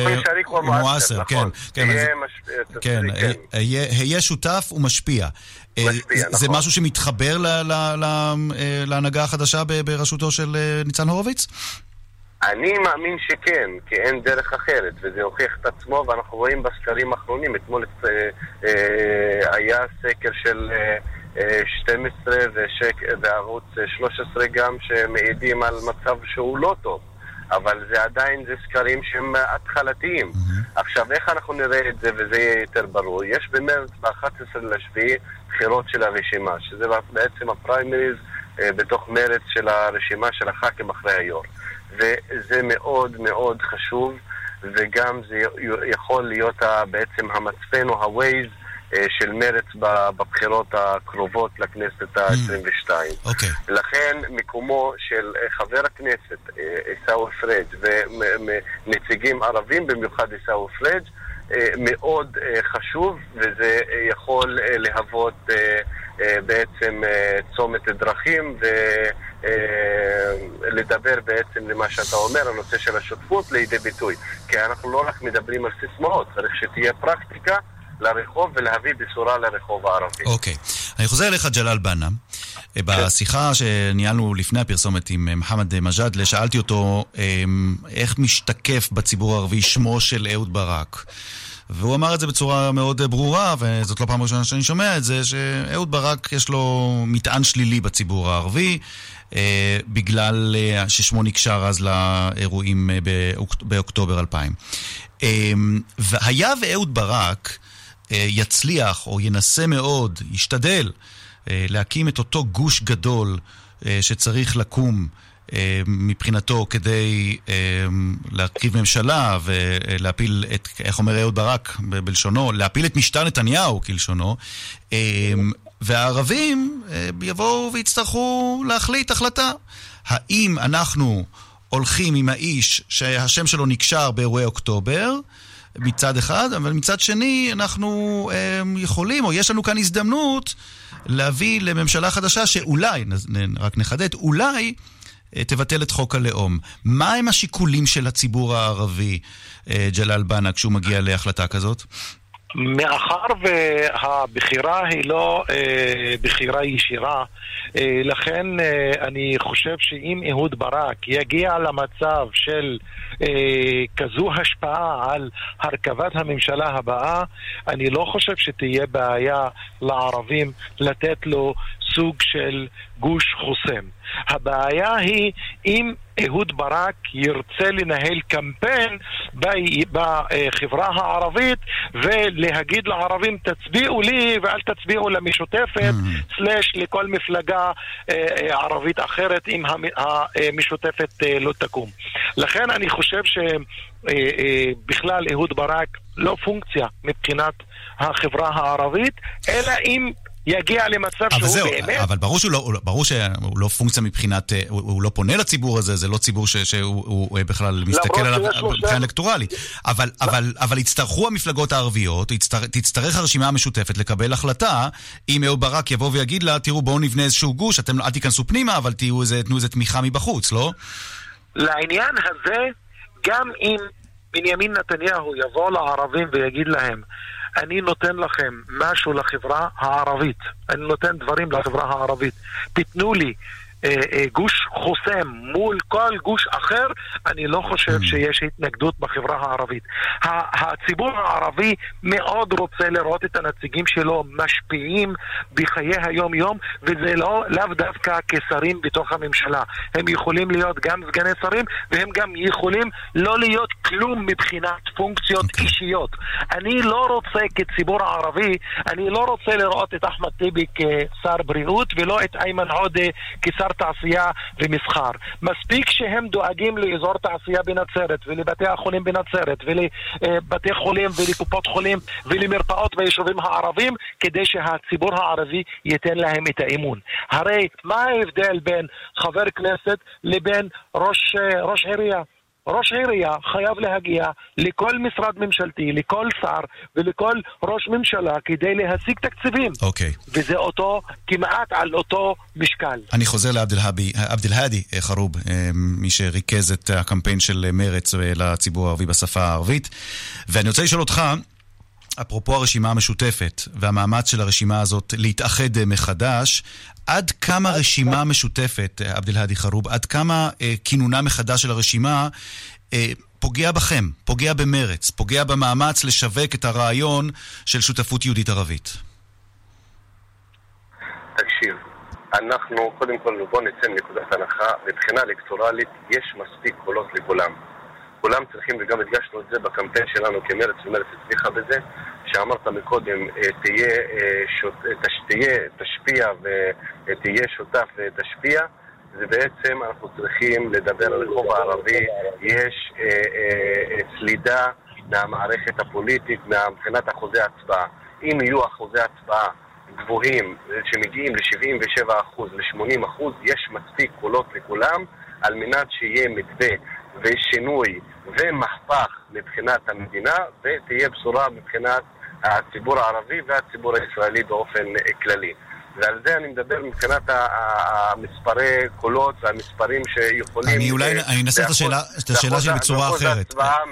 ומואסר, כן, היה שותף ומשפיע. זה משהו שמתחבר להנהגה החדשה בראשותו של ניצן הורוביץ? אני מאמין שכן, כי אין דרך אחרת, וזה הוכיח את עצמו, ואנחנו רואים בסקרים האחרונים, אתמול היה סקר של 12 וערוץ 13 גם, שמעידים על מצב שהוא לא טוב, אבל זה עדיין זה סקרים שהם התחלתיים. עכשיו, איך אנחנו נראה את זה, וזה יהיה יותר ברור? יש במרץ, ב-11 לשביעי, בחירות של הרשימה, שזה בעצם הפריימריז בתוך מרץ של הרשימה של הח"כים אחרי היו"ר. וזה מאוד מאוד חשוב, וגם זה יכול להיות בעצם המצפן או הווייז של מרץ בבחירות הקרובות לכנסת ה-22. לכן מקומו של חבר הכנסת עיסאווי פריג' ונציגים ערבים, במיוחד עיסאווי פריג', מאוד חשוב, וזה יכול להוות בעצם צומת דרכים ולדבר בעצם למה שאתה אומר, הנושא של השותפות לידי ביטוי, כי אנחנו לא רק מדברים על סיסמאות, צריך שתהיה פרקטיקה לרחוב ולהביא בשורה לרחוב הערבי. אוקיי. אני חוזר אליך ג'לאל בנה. בשיחה שניהלנו לפני הפרסומת עם מוחמד מג'אדלה, שאלתי אותו איך משתקף בציבור הערבי שמו של אהוד ברק. והוא אמר את זה בצורה מאוד ברורה, וזאת לא פעם ראשונה שאני שומע את זה, שאהוד ברק יש לו מטען שלילי בציבור הערבי, בגלל ששמו נקשר אז לאירועים באוקטובר 2000. והיה ואהוד ברק יצליח או ינסה מאוד, ישתדל להקים את אותו גוש גדול שצריך לקום מבחינתו כדי להרכיב ממשלה ולהפיל את, איך אומר אהוד ברק בלשונו, להפיל את משטר נתניהו כלשונו, והערבים יבואו ויצטרכו להחליט החלטה. האם אנחנו הולכים עם האיש שהשם שלו נקשר באירועי אוקטובר מצד אחד, אבל מצד שני אנחנו יכולים, או יש לנו כאן הזדמנות להביא לממשלה חדשה שאולי, רק נחדד, אולי תבטל את חוק הלאום. מה הם השיקולים של הציבור הערבי, ג'לאל בנה, כשהוא מגיע להחלטה כזאת? מאחר והבחירה היא לא בחירה ישירה, לכן אני חושב שאם אהוד ברק יגיע למצב של כזו השפעה על הרכבת הממשלה הבאה, אני לא חושב שתהיה בעיה לערבים לתת לו סוג של גוש חוסם. הבעיה היא אם אהוד ברק ירצה לנהל קמפיין בחברה הערבית ולהגיד לערבים תצביעו לי ואל תצביעו למשותפת סלש לכל מפלגה ערבית אחרת אם המשותפת לא תקום. לכן אני חושב שבכלל אהוד ברק לא פונקציה מבחינת החברה הערבית, אלא אם יגיע למצב שהוא באמת... אבל ברור שהוא לא פונקציה מבחינת, הוא לא פונה לציבור הזה, זה לא ציבור שהוא בכלל מסתכל עליו מבחינה אלקטורלית. אבל יצטרכו המפלגות הערביות, תצטרך הרשימה המשותפת לקבל החלטה, אם אהוד ברק יבוא ויגיד לה, תראו בואו נבנה איזשהו גוש, אתם אל תיכנסו פנימה, אבל תנו איזה תמיכה מבחוץ, לא? לעניין הזה, גם אם בנימין נתניהו יבוא לערבים ויגיד להם, אני נותן לכם משהו לחברה הערבית, אני נותן דברים לחברה הערבית, תתנו לי גוש חוסם מול כל גוש אחר, אני לא חושב שיש התנגדות בחברה הערבית. הציבור הערבי מאוד רוצה לראות את הנציגים שלו משפיעים בחיי היום יום, וזה לאו דווקא כשרים בתוך הממשלה. הם יכולים להיות גם סגני שרים, והם גם יכולים לא להיות כלום מבחינת פונקציות אישיות. אני לא רוצה כציבור הערבי, אני לא רוצה לראות את אחמד טיבי כשר בריאות, ולא את איימן עודה כשר תעשייה ומסחר. מספיק שהם דואגים לאזור תעשייה בנצרת ולבתי החולים בנצרת ולבתי חולים ולקופות חולים ולמרפאות ביישובים הערבים, כדי שהציבור הערבי ייתן להם את האמון. הרי מה ההבדל בין חבר כנסת לבין ראש עירייה? ראש עירייה חייב להגיע לכל משרד ממשלתי, לכל שר ולכל ראש ממשלה כדי להשיג תקציבים. אוקיי. וזה אותו, כמעט על אותו משקל. אני חוזר לעבד אל-האדי חרוב, מי שריכז את הקמפיין של מרץ לציבור הערבי בשפה הערבית. ואני רוצה לשאול אותך, אפרופו הרשימה המשותפת והמאמץ של הרשימה הזאת להתאחד מחדש, עד כמה רשימה משותפת, עבד אל-האדי חרוב, עד כמה כינונה מחדש של הרשימה פוגע בכם, פוגע במרץ, פוגע במאמץ לשווק את הרעיון של שותפות יהודית ערבית? תקשיב, אנחנו קודם כל בוא נצא מנקודת הנחה, מבחינה אלקטורלית יש מספיק קולות לכולם. כולם צריכים, וגם הדגשנו את זה בקמפיין שלנו כמרץ, ומרץ הצליחה בזה, שאמרת מקודם, תשפיע ותהיה שותף ותשפיע, זה בעצם אנחנו צריכים לדבר על הרחוב הערבי, יש סלידה מהמערכת הפוליטית, מבחינת אחוזי הצבעה. אם יהיו אחוזי הצבעה גבוהים שמגיעים ל-77%, ל-80%, יש מספיק קולות לכולם, על מנת שיהיה מתווה ושינוי ומהפך מבחינת המדינה, ותהיה בשורה מבחינת הציבור הערבי והציבור הישראלי באופן כללי. ועל זה אני מדבר מבחינת המספרי קולות והמספרים שיכולים... אני אנסה את השאלה שלי בצורה אחרת.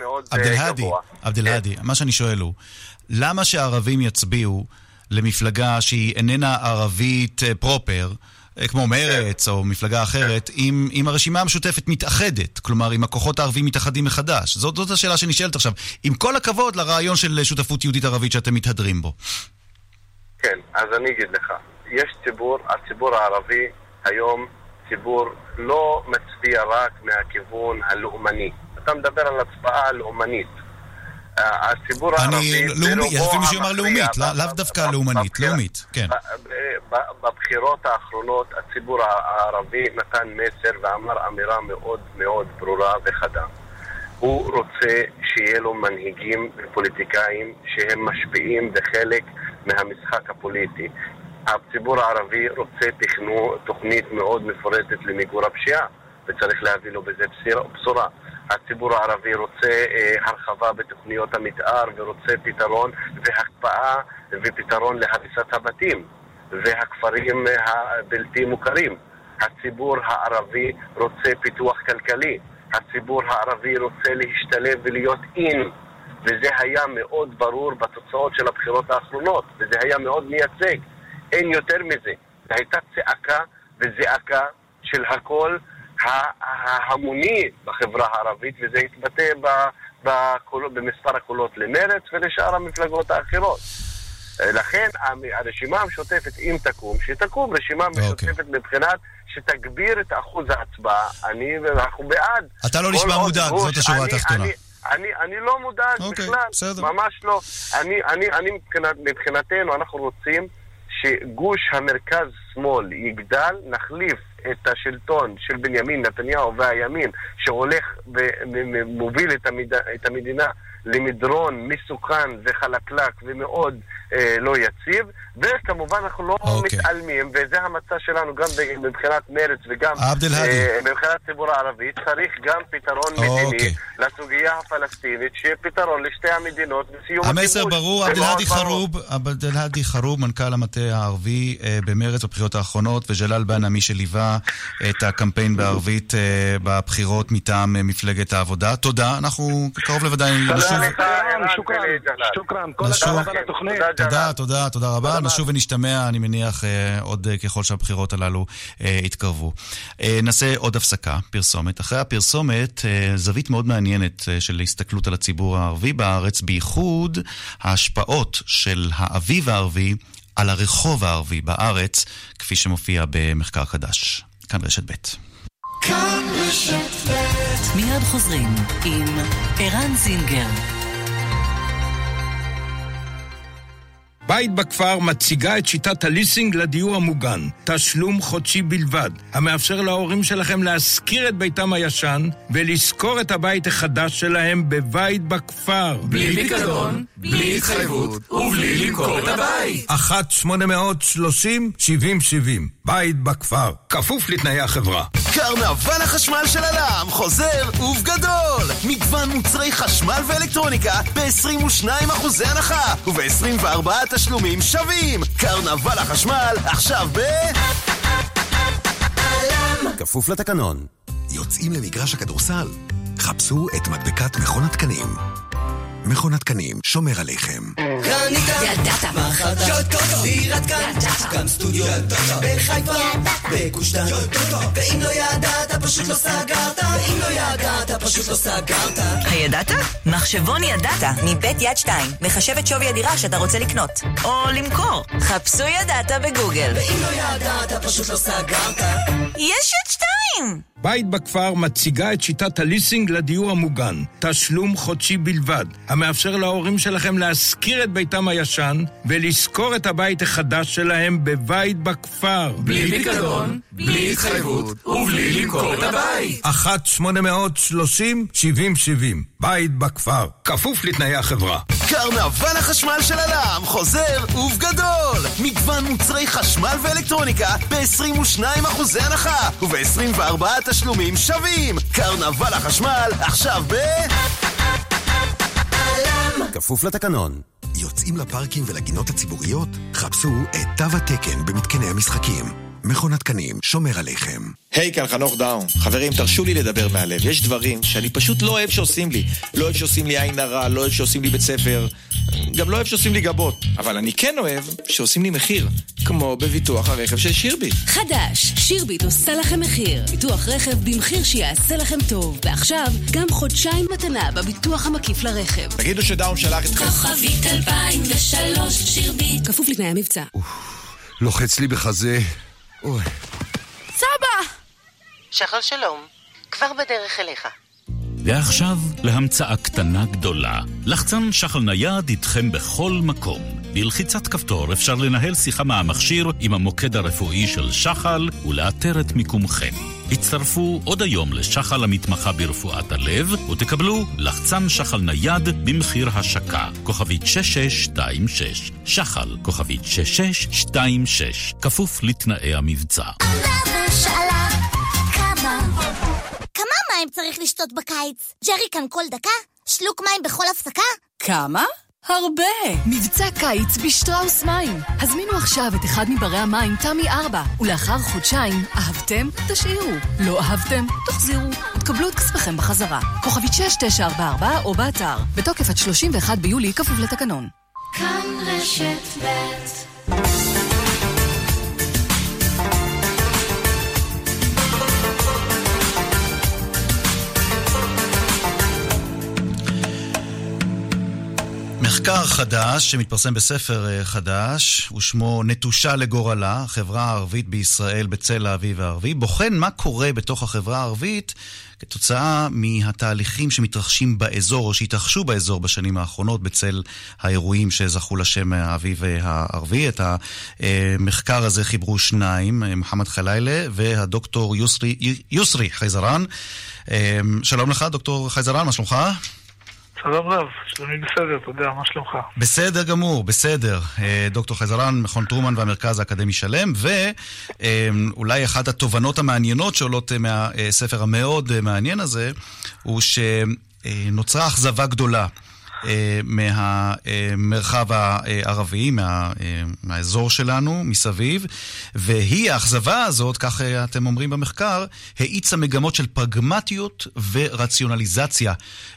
עבד אל-האדי, מה שאני שואל הוא, למה שהערבים יצביעו למפלגה שהיא איננה ערבית פרופר, כמו מרץ או מפלגה אחרת, אם הרשימה המשותפת מתאחדת, כלומר אם הכוחות הערבים מתאחדים מחדש? זאת השאלה שנשאלת עכשיו, עם כל הכבוד לרעיון של שותפות יהודית ערבית שאתם מתהדרים בו. כן, אז אני אגיד לך, יש ציבור, הציבור הערבי היום ציבור לא מצביע רק מהכיוון הלאומני. אתה מדבר על הצבעה לאומנית. הציבור הערבי... אפילו שאומר לאומית, לאו דווקא לאומנית, לאומית, כן. בבחירות האחרונות הציבור הערבי נתן מסר ואמר אמירה מאוד מאוד ברורה וחדה. הוא רוצה שיהיה לו מנהיגים ופוליטיקאים שהם משפיעים בחלק מהמשחק הפוליטי. הציבור הערבי רוצה תוכנית מאוד מפורטת למיגור הפשיעה, וצריך להביא לו בזה בשורה. הציבור הערבי רוצה הרחבה בתוכניות המתאר, ורוצה פתרון והקפאה ופתרון להריסת הבתים והכפרים הבלתי מוכרים. הציבור הערבי רוצה פיתוח כלכלי. הציבור הערבי רוצה להשתלב ולהיות אין, וזה היה מאוד ברור בתוצאות של הבחירות האחרונות, וזה היה מאוד מייצג. אין יותר מזה. זו הייתה צעקה וזעקה של הכל ההמוני בחברה הערבית, וזה התבטא במספר הקולות למרץ ולשאר המפלגות האחרות. לכן הרשימה המשותפת, אם תקום, שתקום רשימה משותפת מבחינת שתגביר את אחוז ההצבעה. אנחנו בעד. אתה לא נשמע מודאג, זאת השורה התחתונה. אני לא מודאג בכלל, ממש לא. מבחינתנו אנחנו רוצים שגוש המרכז שמאל יגדל, נחליף את השלטון של בנימין נתניהו והימין שהולך ומוביל את המדינה למדרון מסוכן וחלקלק ומאוד לא יציב, וכמובן אנחנו לא מתעלמים, וזה המצע שלנו גם מבחינת מרץ וגם מבחינת ציבור הערבי. צריך גם פתרון מדיני לסוגיה הפלסטינית, שיהיה פתרון לשתי המדינות וסיום הכיבוש. המסר ברור. עבד אל-האדי חרוב, מנכ"ל המטה הערבי במרץ בבחירות האחרונות, וג'לאל בנה, מי שליווה את הקמפיין בערבית בבחירות מטעם מפלגת העבודה. תודה, אנחנו קרוב לוודאי תודה רבה. נשוב ונשתמע, אני מניח, עוד ככל שהבחירות הללו יתקרבו. נעשה עוד הפסקה, פרסומת. אחרי הפרסומת, זווית מאוד מעניינת של הסתכלות על הציבור הערבי בארץ, בייחוד ההשפעות של האביב הערבי על הרחוב הערבי בארץ, כפי שמופיע במחקר חדש. כאן רשת ב'. כאן רשת ב'. מיד חוזרים עם ערן זינגר. בית בכפר מציגה את שיטת הליסינג לדיור המוגן. תשלום חודשי בלבד, המאפשר להורים שלכם להשכיר את ביתם הישן ולזכור את הבית החדש שלהם בבית בכפר. בלי פיקדון, בלי התחייבות ובלי למכור את הבית. 1-830-7070. בית בכפר, כפוף לתנאי החברה. קרנבל החשמל של אלם חוזר ובגדול. מגוון מוצרי חשמל ואלקטרוניקה ב-22% הנחה וב-24 תשלומים שווים. קרנבל החשמל עכשיו כפוף לתקנון. יוצאים למגרש הכדורסל? חפשו את מדבקת מכון התקנים. מכון התקנים שומר עליכם. קנית, ידעת, מה חדש, דירת כאן, גם סטודיו, בחיפה, בקושטן, ואם לא ידעת פשוט לא סגרת, ואם לא ידעת פשוט לא סגרת. הידעת? מחשבון ידעת מבית יד 2 מחשב את שווי הדירה שאתה רוצה לקנות או למכור. חפשו ידעת בגוגל. ואם לא ידעת פשוט לא סגרת. יש יד 2! בית בכפר מציגה את שיטת הליסינג לדיור המוגן. תשלום חודשי בלבד, המאפשר להורים שלכם להשכיר את ביתם הישן ולזכור את הבית החדש שלהם בבית בכפר. בלי פיקדון, בלי התחייבות ובלי למכור את הבית. 1-830-7070. בית בכפר, כפוף לתנאי החברה. קרנבל החשמל של הלם חוזר ובגדול. מגוון מוצרי חשמל ואלקטרוניקה ב-22% הנחה וב-24 תשלומים שווים. קרנבל החשמל עכשיו כפוף לתקנון. יוצאים לפארקים ולגינות הציבוריות? חפשו את תו התקן במתקני המשחקים. מכון התקנים שומר עליכם. היי, כאן חנוך דאון. חברים, תרשו לי לדבר מהלב. יש דברים שאני פשוט לא אוהב שעושים לי. לא אוהב שעושים לי עין הרע, לא אוהב שעושים לי בית ספר, גם לא אוהב שעושים לי גבות. אבל אני כן אוהב שעושים לי מחיר, כמו בביטוח הרכב של שירביט. חדש, שירביט עושה לכם מחיר. ביטוח רכב במחיר שיעשה לכם טוב. ועכשיו, גם חודשיים מתנה בביטוח המקיף לרכב. תגידו שדאון שלח אתכם. כוכבית 2003 שירביט. כפוף לתנאי המבצע. לוחץ לי בחזה. אוי. סבא! שחר שלום, כבר בדרך אליך. ועכשיו להמצאה קטנה גדולה. לחצן שחל נייד איתכם בכל מקום. בלחיצת כפתור אפשר לנהל שיחה מהמכשיר עם המוקד הרפואי של שחל ולאתר את מיקומכם. הצטרפו עוד היום לשחל המתמחה ברפואת הלב ותקבלו לחצן שחל נייד במחיר השקה. כוכבית 6626. שחל, כוכבית 6626. כפוף לתנאי המבצע. כמה מים צריך לשתות בקיץ? ג'ריקן כל דקה? שלוק מים בכל הפסקה? כמה? הרבה! מבצע קיץ בשטראוס מים. הזמינו עכשיו את אחד מברי המים תמי 4, ולאחר חודשיים, אהבתם? תשאירו. לא אהבתם? תחזירו. ותקבלו את כספכם בחזרה. כוכבית 6944 או באתר. בתוקף עד 31 ביולי כפוף לתקנון. כאן רשת ב'. מחקר חדש שמתפרסם בספר חדש, ושמו נטושה לגורלה, החברה הערבית בישראל בצל האביב הערבי, בוחן מה קורה בתוך החברה הערבית כתוצאה מהתהליכים שמתרחשים באזור, או שהתרחשו באזור בשנים האחרונות בצל האירועים שזכו לשם האביב הערבי. את המחקר הזה חיברו שניים, מוחמד חלילה והדוקטור יוסרי חייזרן. שלום לך, דוקטור חייזרן, מה שלומך? שלום רב, שלומי בסדר, אתה יודע, מה שלומך? בסדר גמור, בסדר. דוקטור חייזרן, מכון טרומן והמרכז האקדמי שלם, ואולי אחת התובנות המעניינות שעולות מהספר המאוד מעניין הזה, הוא שנוצרה אכזבה גדולה מהמרחב הערבי, מהאזור שלנו, מסביב, והיא האכזבה הזאת, כך אתם אומרים במחקר, האיצה מגמות של פרגמטיות ורציונליזציה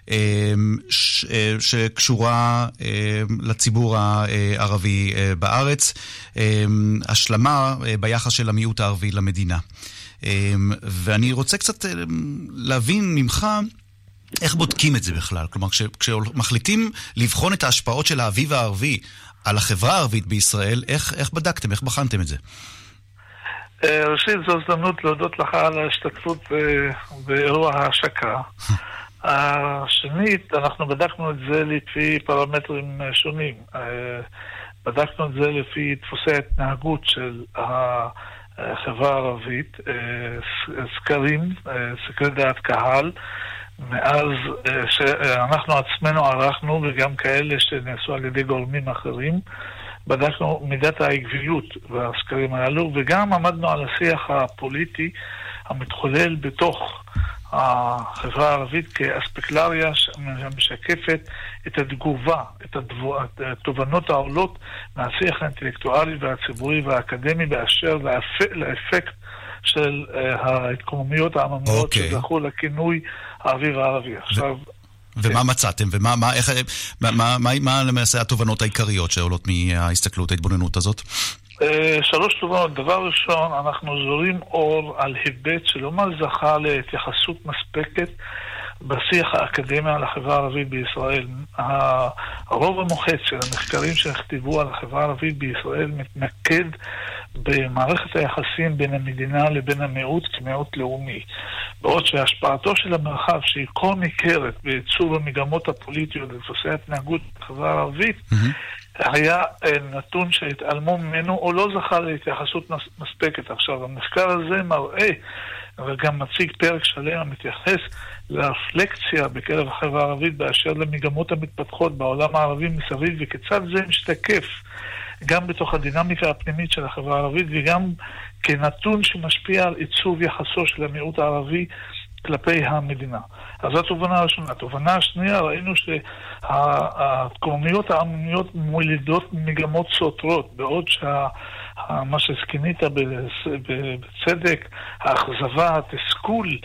שקשורה לציבור הערבי בארץ, השלמה ביחח של המיעוט הערבי למדינה. ואני רוצה קצת להבין ממך איך בודקים את זה בכלל? כלומר, כשמחליטים לבחון את ההשפעות של האביב הערבי על החברה הערבית בישראל, איך בדקתם, איך בחנתם את זה? ראשית, זו הזדמנות להודות לך על ההשתתפות באירוע ההשקה. השנית, אנחנו בדקנו את זה לפי פרמטרים שונים. בדקנו את זה לפי דפוסי ההתנהגות של החברה הערבית, סקרים, סקרי דעת קהל, מאז שאנחנו עצמנו ערכנו, וגם כאלה שנעשו על ידי גורמים אחרים, בדקנו מידת העקביות בסקרים הללו, וגם עמדנו על השיח הפוליטי המתחולל בתוך החברה הערבית כאספקלריה שמשקפת את התגובה, את התובנות העולות מהשיח האינטלקטואלי והציבורי והאקדמי באשר לאפקט של ההתקוממיות העממיות שזכו לכינוי האביב הערבי. עכשיו, ומה מצאתם? מה למעשה התובנות העיקריות שעולות מההסתכלות, ההתבוננות הזאת? 3 תובנות. דבר ראשון, אנחנו זורים אור על היבט שלא זכה להתייחסות מספקת בשיח האקדמי על החברה הערבית בישראל. הרוב המוחץ של המחקרים שנכתבו על החברה הערבית בישראל מתמקד במערכת היחסים בין המדינה לבין המיעוט כמיעוט לאומי. בעוד שהשפעתו של המרחב שהיא כה ניכרת בעיצוב המגמות הפוליטיות ודפוסי ההתנהגות בחברה הערבית, היה נתון שהתעלמו ממנו או לא זכה להתייחסות מספקת. עכשיו, המחקר הזה מראה וגם מציג פרק שלם המתייחס לרפלקציה בקרב החברה הערבית באשר למגמות המתפתחות בעולם הערבי מסביב, וכיצד זה משתקף גם בתוך הדינמיקה הפנימית של החברה הערבית וגם כנתון שמשפיע על עיצוב יחסו של המיעוט הערבי כלפי המדינה. אז זו התובנה הראשונה. התובנה השנייה, ראינו שהקומיות העממיות מולידות מגמות סותרות, בעוד מה שסכינית בצדק, האכזבה, התסכול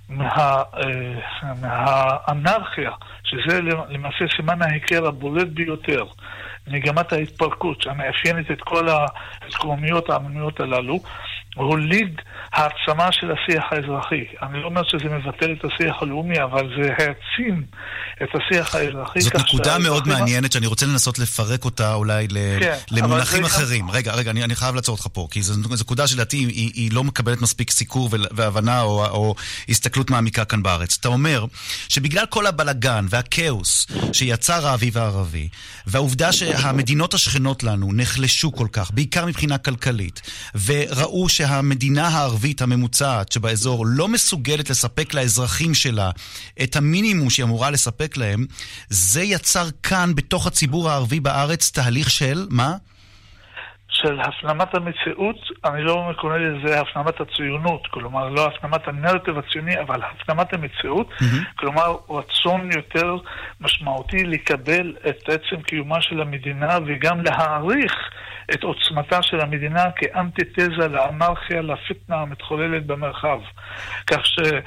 מהאנרכיה, שזה למעשה סימן ההיכר הבולט ביותר, מגמת ההתפרקות שמאפיינת את כל הקומיות העממיות הללו, הוליד העצמה של השיח האזרחי. אני לא אומר שזה מבטל את השיח הלאומי, אבל זה העצים את השיח האזרחי. זאת נקודה מאוד מעניינת שאני רוצה לנסות לפרק אותה אולי למונחים אחרים. רגע, אני חייב לעצור אותך פה, כי זו נקודה שלדעתי היא לא מקבלת מספיק סיקור והבנה או הסתכלות מעמיקה כאן בארץ. אתה אומר שבגלל כל הבלגן והכאוס שיצר האביב הערבי, והעובדה שהמדינות השכנות לנו נחלשו כל כך, בעיקר מבחינה כלכלית, וראו שהמדינה הערבית הממוצעת שבאזור לא מסוגלת לספק לאזרחים שלה את המינימום שהיא אמורה לספק להם, זה יצר כאן בתוך הציבור הערבי בארץ תהליך של מה? של הפנמת המציאות. אני לא מקונה לזה הפנמת הציונות, כלומר לא הפנמת הנרטיב הציוני, אבל הפנמת המציאות, כלומר רצון יותר משמעותי לקבל את עצם קיומה של המדינה וגם להעריך את עוצמתה של המדינה כאנטיתזה לאנרכיה, לפיתנה המתחוללת במרחב. כך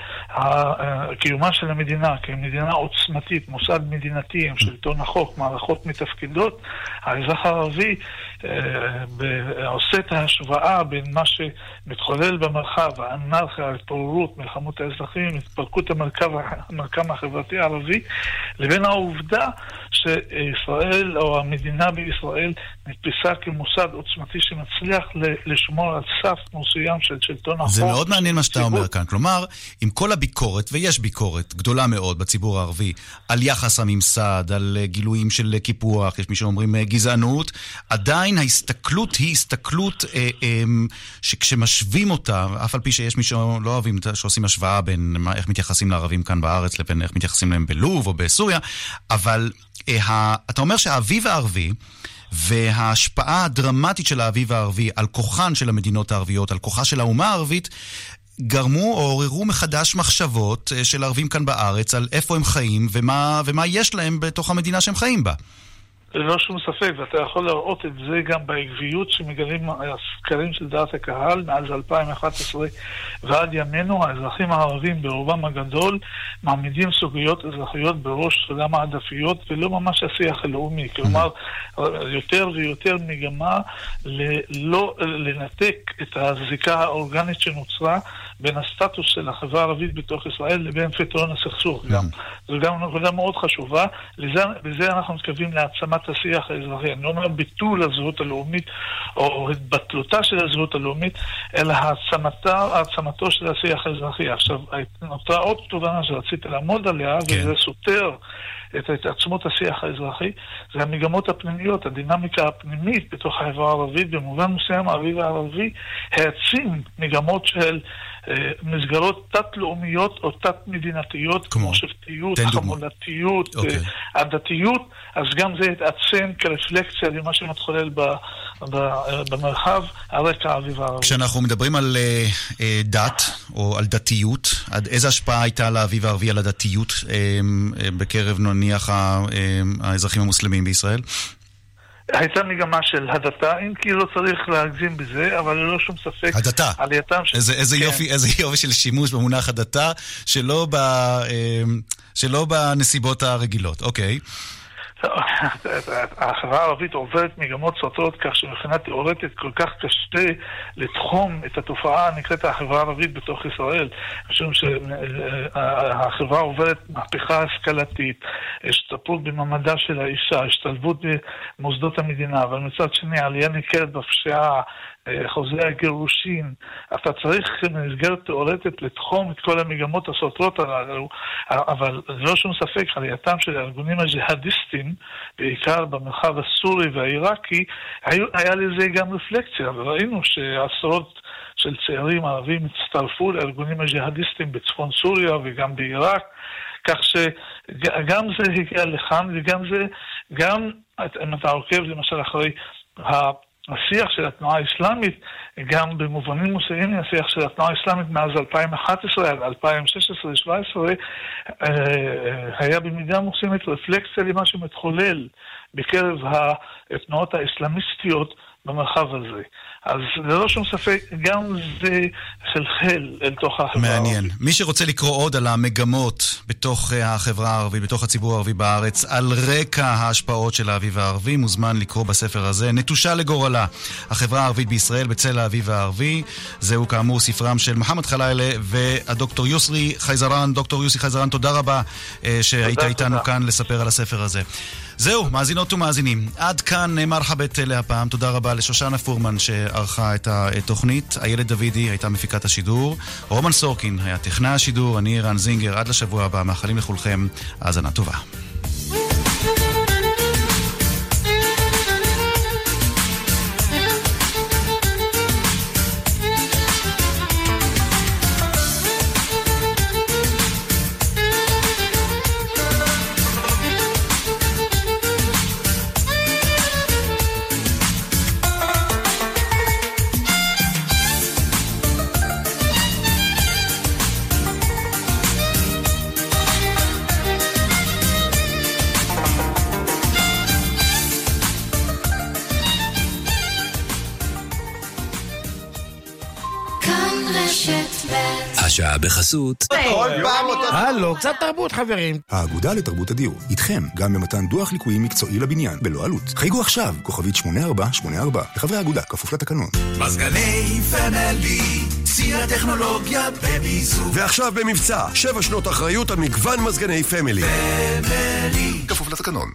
שקיומה של המדינה כמדינה עוצמתית, מוסד מדינתי עם שלטון החוק, מערכות מתפקידות, האזרח הערבי עושה את ההשוואה בין מה שמתחולל במרחב, האנרכיה, ההתפוררות, מלחמות האזרחים, התפרקות המרקם החברתי הערבי, לבין העובדה שישראל או המדינה בישראל נתפסה כמוסד עוצמתי שמצליח לשמור על סף מסוים של שלטון החוק. זה מאוד מעניין מה שאתה אומר כאן. כלומר, עם כל הביקורת, ויש ביקורת גדולה מאוד בציבור הערבי, על יחס הממסד, על גילויים של קיפוח, יש מי שאומרים גזענות, עדיין ההסתכלות היא הסתכלות שכשמשווים אותה, אף על פי שיש מי שלא אוהבים, שעושים השוואה בין איך מתייחסים לערבים כאן בארץ לבין איך מתייחסים להם בלוב או בסוריה, אבל אתה אומר שהאביב הערבי וההשפעה הדרמטית של האביב הערבי על כוחן של המדינות הערביות, על כוחה של האומה הערבית, גרמו או עוררו מחדש מחשבות של ערבים כאן בארץ על איפה הם חיים ומה יש להם בתוך המדינה שהם חיים בה. ללא שום ספק, ואתה יכול לראות את זה גם בעקביות שמגלים הסקרים של דעת הקהל מאז 2011 ועד ימינו. האזרחים הערבים ברובם הגדול מעמידים סוגיות אזרחיות בראש סולם העדפיות ולא ממש השיח הלאומי. כלומר, יותר ויותר מגמה לא לנתק את הזיקה האורגנית שנוצרה בין הסטטוס של החברה הערבית בתוך ישראל לבין פתרון הסכסוך. זו גם נקודה מאוד חשובה. לזה אנחנו מתכוונים להעצמת השיח האזרחי. אני לא אומר ביטול הזהות הלאומית או התבטלותה של הזהות הלאומית, אלא העצמתו של השיח האזרחי. עכשיו, נותרה עוד תובנה שרציתי לעמוד עליה, וזה סותר את התעצמות השיח האזרחי, זה המגמות הפנימיות, הדינמיקה הפנימית בתוך החברה הערבית. במובן מסוים האביב הערבי העצים מגמות של מסגרות תת-לאומיות או תת-מדינתיות, כמו שבטיות, חמולתיות, עדתיות, אז גם זה התעצם כרפלקציה למה שמתחולל במרחב על רקע האביב הערבי. כשאנחנו מדברים על דת או על דתיות, איזה השפעה הייתה לאביב הערבי על הדתיות בקרב נניח האזרחים המוסלמים בישראל? הייתה מגמה של הדתה, אם כי לא צריך להגזים בזה, אבל ללא שום ספק. הדתה. עלייתם של... איזה יופי של שימוש במונח הדתה, שלא בנסיבות הרגילות. אוקיי. החברה הערבית עוברת מגמות סותרות, כך שמבחינה תיאורטית כל כך קשה לתחום את התופעה הנקראת החברה הערבית בתוך ישראל, משום שהחברה עוברת מהפכה השכלתית, השתפרות במעמדה של האישה, השתלבות במוסדות המדינה, אבל מצד שני עלייה ניכרת בפשיעה, חוזי הגירושין. אתה צריך במסגרת תיאורטית לתחום את כל המגמות הסותרות הללו, אבל לא שום ספק עלייתם של הארגונים הג'יהאדיסטים, בעיקר במרחב הסורי והעיראקי, היה לזה גם רפלקציה, וראינו שעשרות של צעירים ערבים הצטרפו לארגונים הג'יהאדיסטים בצפון סוריה וגם בעיראק, כך שגם זה הגיע לכאן, וגם זה, גם אם אתה עוקב למשל אחרי השיח של התנועה האסלאמית, גם במובנים מסוימים השיח של התנועה האסלאמית מאז 2011 עד 2016-2017 היה במידה מסוימת רפלקציה למה שמתחולל בקרב התנועות האסלאמיסטיות במרחב הזה. אז ללא שום ספק, גם זה חלחל אל תוך החברה מעניין. הערבית. מי שרוצה לקרוא עוד על המגמות בתוך החברה הערבית, בתוך הציבור הערבי בארץ, על רקע ההשפעות של האביב הערבי, מוזמן לקרוא בספר הזה, נטושה לגורלה, החברה הערבית בישראל בצל האביב הערבי. זהו כאמור ספרם של מוחמד חלילה והדוקטור יוסרי חייזרן. דוקטור יוסי חייזרן, תודה רבה שהיית איתנו כאן לספר על הספר הזה. זהו, מאזינות ומאזינים, עד כאן מרחבת להפעם. תודה רבה לשושנה פורמן שערכה את התוכנית, איילת דוידי הייתה מפיקת השידור, רומן סורקין היה טכנאי השידור, אני רן זינגר. עד לשבוע הבא, מאחלים לכולכם האזנה טובה. השעה בחסות. הלו, קצת תרבות חברים. האגודה לתרבות הדיור, איתכם גם במתן דוח ליקויים מקצועי לבניין, בלא עלות. חייגו עכשיו, כוכבית 8484, לחברי האגודה, כפוף לתקנון. מזגני פמילי, סיר הטכנולוגיה במיזוג. ועכשיו במבצע, 7 שנות אחריות על מגוון מזגני פמילי. פמילי. כפוף לתקנון.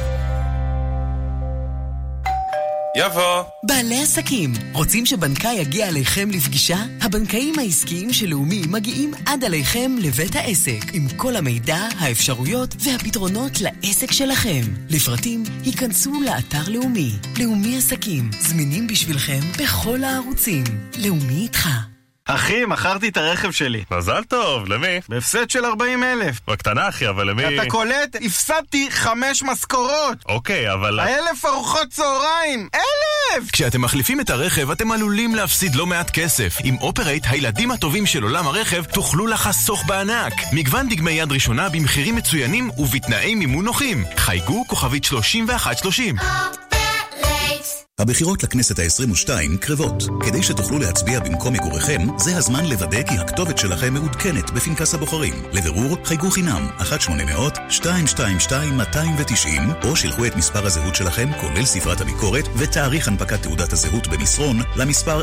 יבוא. בעלי עסקים, רוצים שבנקאי יגיע אליכם לפגישה? הבנקאים העסקיים של לאומי מגיעים עד אליכם לבית העסק, עם כל המידע, האפשרויות והפתרונות לעסק שלכם. לפרטים, היכנסו לאתר לאומי. לאומי עסקים, זמינים בשבילכם בכל הערוצים. לאומי איתך. אחי, מכרתי את הרכב שלי. מזל טוב, למי? בהפסד של 40,000. בקטנה אחי, אבל למי? אתה קולט? הפסדתי 5 משכורות. אוקיי, אבל... 1,000 ארוחות צהריים! 1,000! כשאתם מחליפים את הרכב, אתם עלולים להפסיד לא מעט כסף. עם אופרייט, הילדים הטובים של עולם הרכב, תוכלו לחסוך בענק. מגוון דגמי יד ראשונה במחירים מצוינים ובתנאי מימון נוחים. חייגו כוכבית 3130. הבחירות לכנסת ה-22 קרבות. כדי שתוכלו להצביע במקום מגוריכם, זה הזמן לוודא כי הכתובת שלכם מעודכנת בפנקס הבוחרים. לבירור, חייגו חינם 1-800-222-290 או שלחו את מספר הזהות שלכם, כולל ספרת הביקורת ותאריך הנפקת תעודת הזהות במסרון, למספר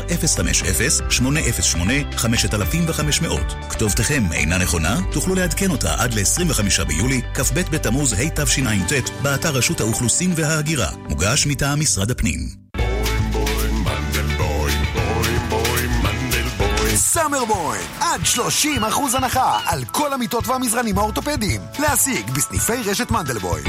050-808-5500. כתובתכם אינה נכונה? תוכלו לעדכן אותה עד ל-25 ביולי, כ"ב בתמוז התשע"ט, באתר רשות האוכלוסין וההגירה. מוגש מטעם משרד הפנים. סאמר בוינג, עד 30% הנחה על כל המיטות והמזרנים האורתופדיים. להשיג בסניפי רשת מנדלבוים.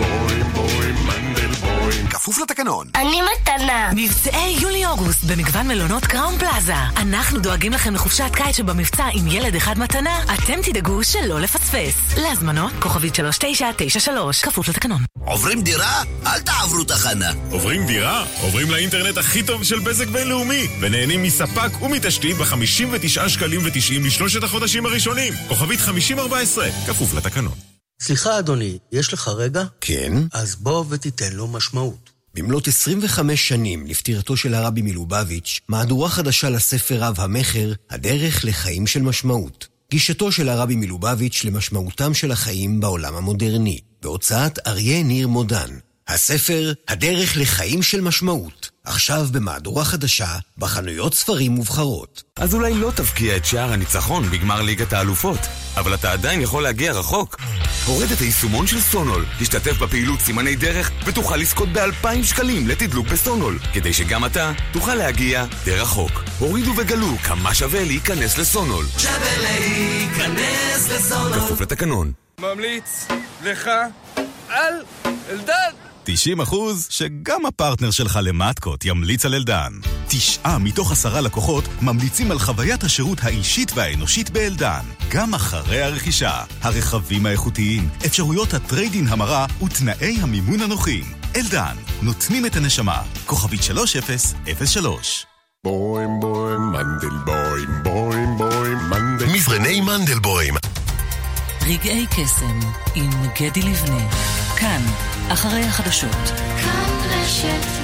כפוף לתקנון. אני מתנה. מבצעי יולי-אוגוסט במגוון מלונות קראון פלאזה. אנחנו דואגים לכם לחופשת קיץ שבמבצע עם ילד אחד מתנה. אתם תדאגו שלא לפספס. להזמנות, כוכבית 3993, כפוף לתקנון. עוברים דירה? אל תעברו תחנה. עוברים דירה? עוברים לאינטרנט הכי טוב של בזק בינלאומי ונהנים מספק ומתשתית ב-59 שקלים ו90 לשלושת החודשים הראשונים. כוכבית 5014, כפוף לתקנון. סליחה אדוני, יש לך רגע? כן. אז בוא ותיתן לו משמעות. במלאת 25 שנים לפטירתו של הרבי מלובביץ', מהדורה חדשה לספר רב המחר, הדרך לחיים של משמעות. גישתו של הרבי מלובביץ' למשמעותם של החיים בעולם המודרני, בהוצאת אריה ניר מודן. הספר הדרך לחיים של משמעות, עכשיו במהדורה חדשה, בחנויות ספרים ובחרות. אז אולי לא תבקיע את שער הניצחון בגמר ליגת האלופות, אבל אתה עדיין יכול להגיע רחוק. הורד את היישומון של סונול, תשתתף בפעילות סימני דרך ותוכל לזכות ב2,000 שקלים לתדלוק בסונול, כדי שגם אתה תוכל להגיע די רחוק. הורידו וגלו כמה שווה להיכנס לסונול. שווה להיכנס לסונול. כפוף לתקנון. ממליץ לך על אלדן. 90% שגם הפרטנר שלך למטקות ימליץ על אלדן. 9 מתוך 10 לקוחות ממליצים על חוויית השירות האישית והאנושית באלדן. גם אחרי הרכישה, הרכבים האיכותיים, אפשרויות הטריידין המרה ותנאי המימון הנוחים. אלדן, נותנים את הנשמה. כוכבית 3003. בוים בוים מנדלבוים, בוים בוים מנדל... מזרני מנדלבוים. רגעי קסם עם גדי לבנה. כאן, אחרי החדשות. כאן רשת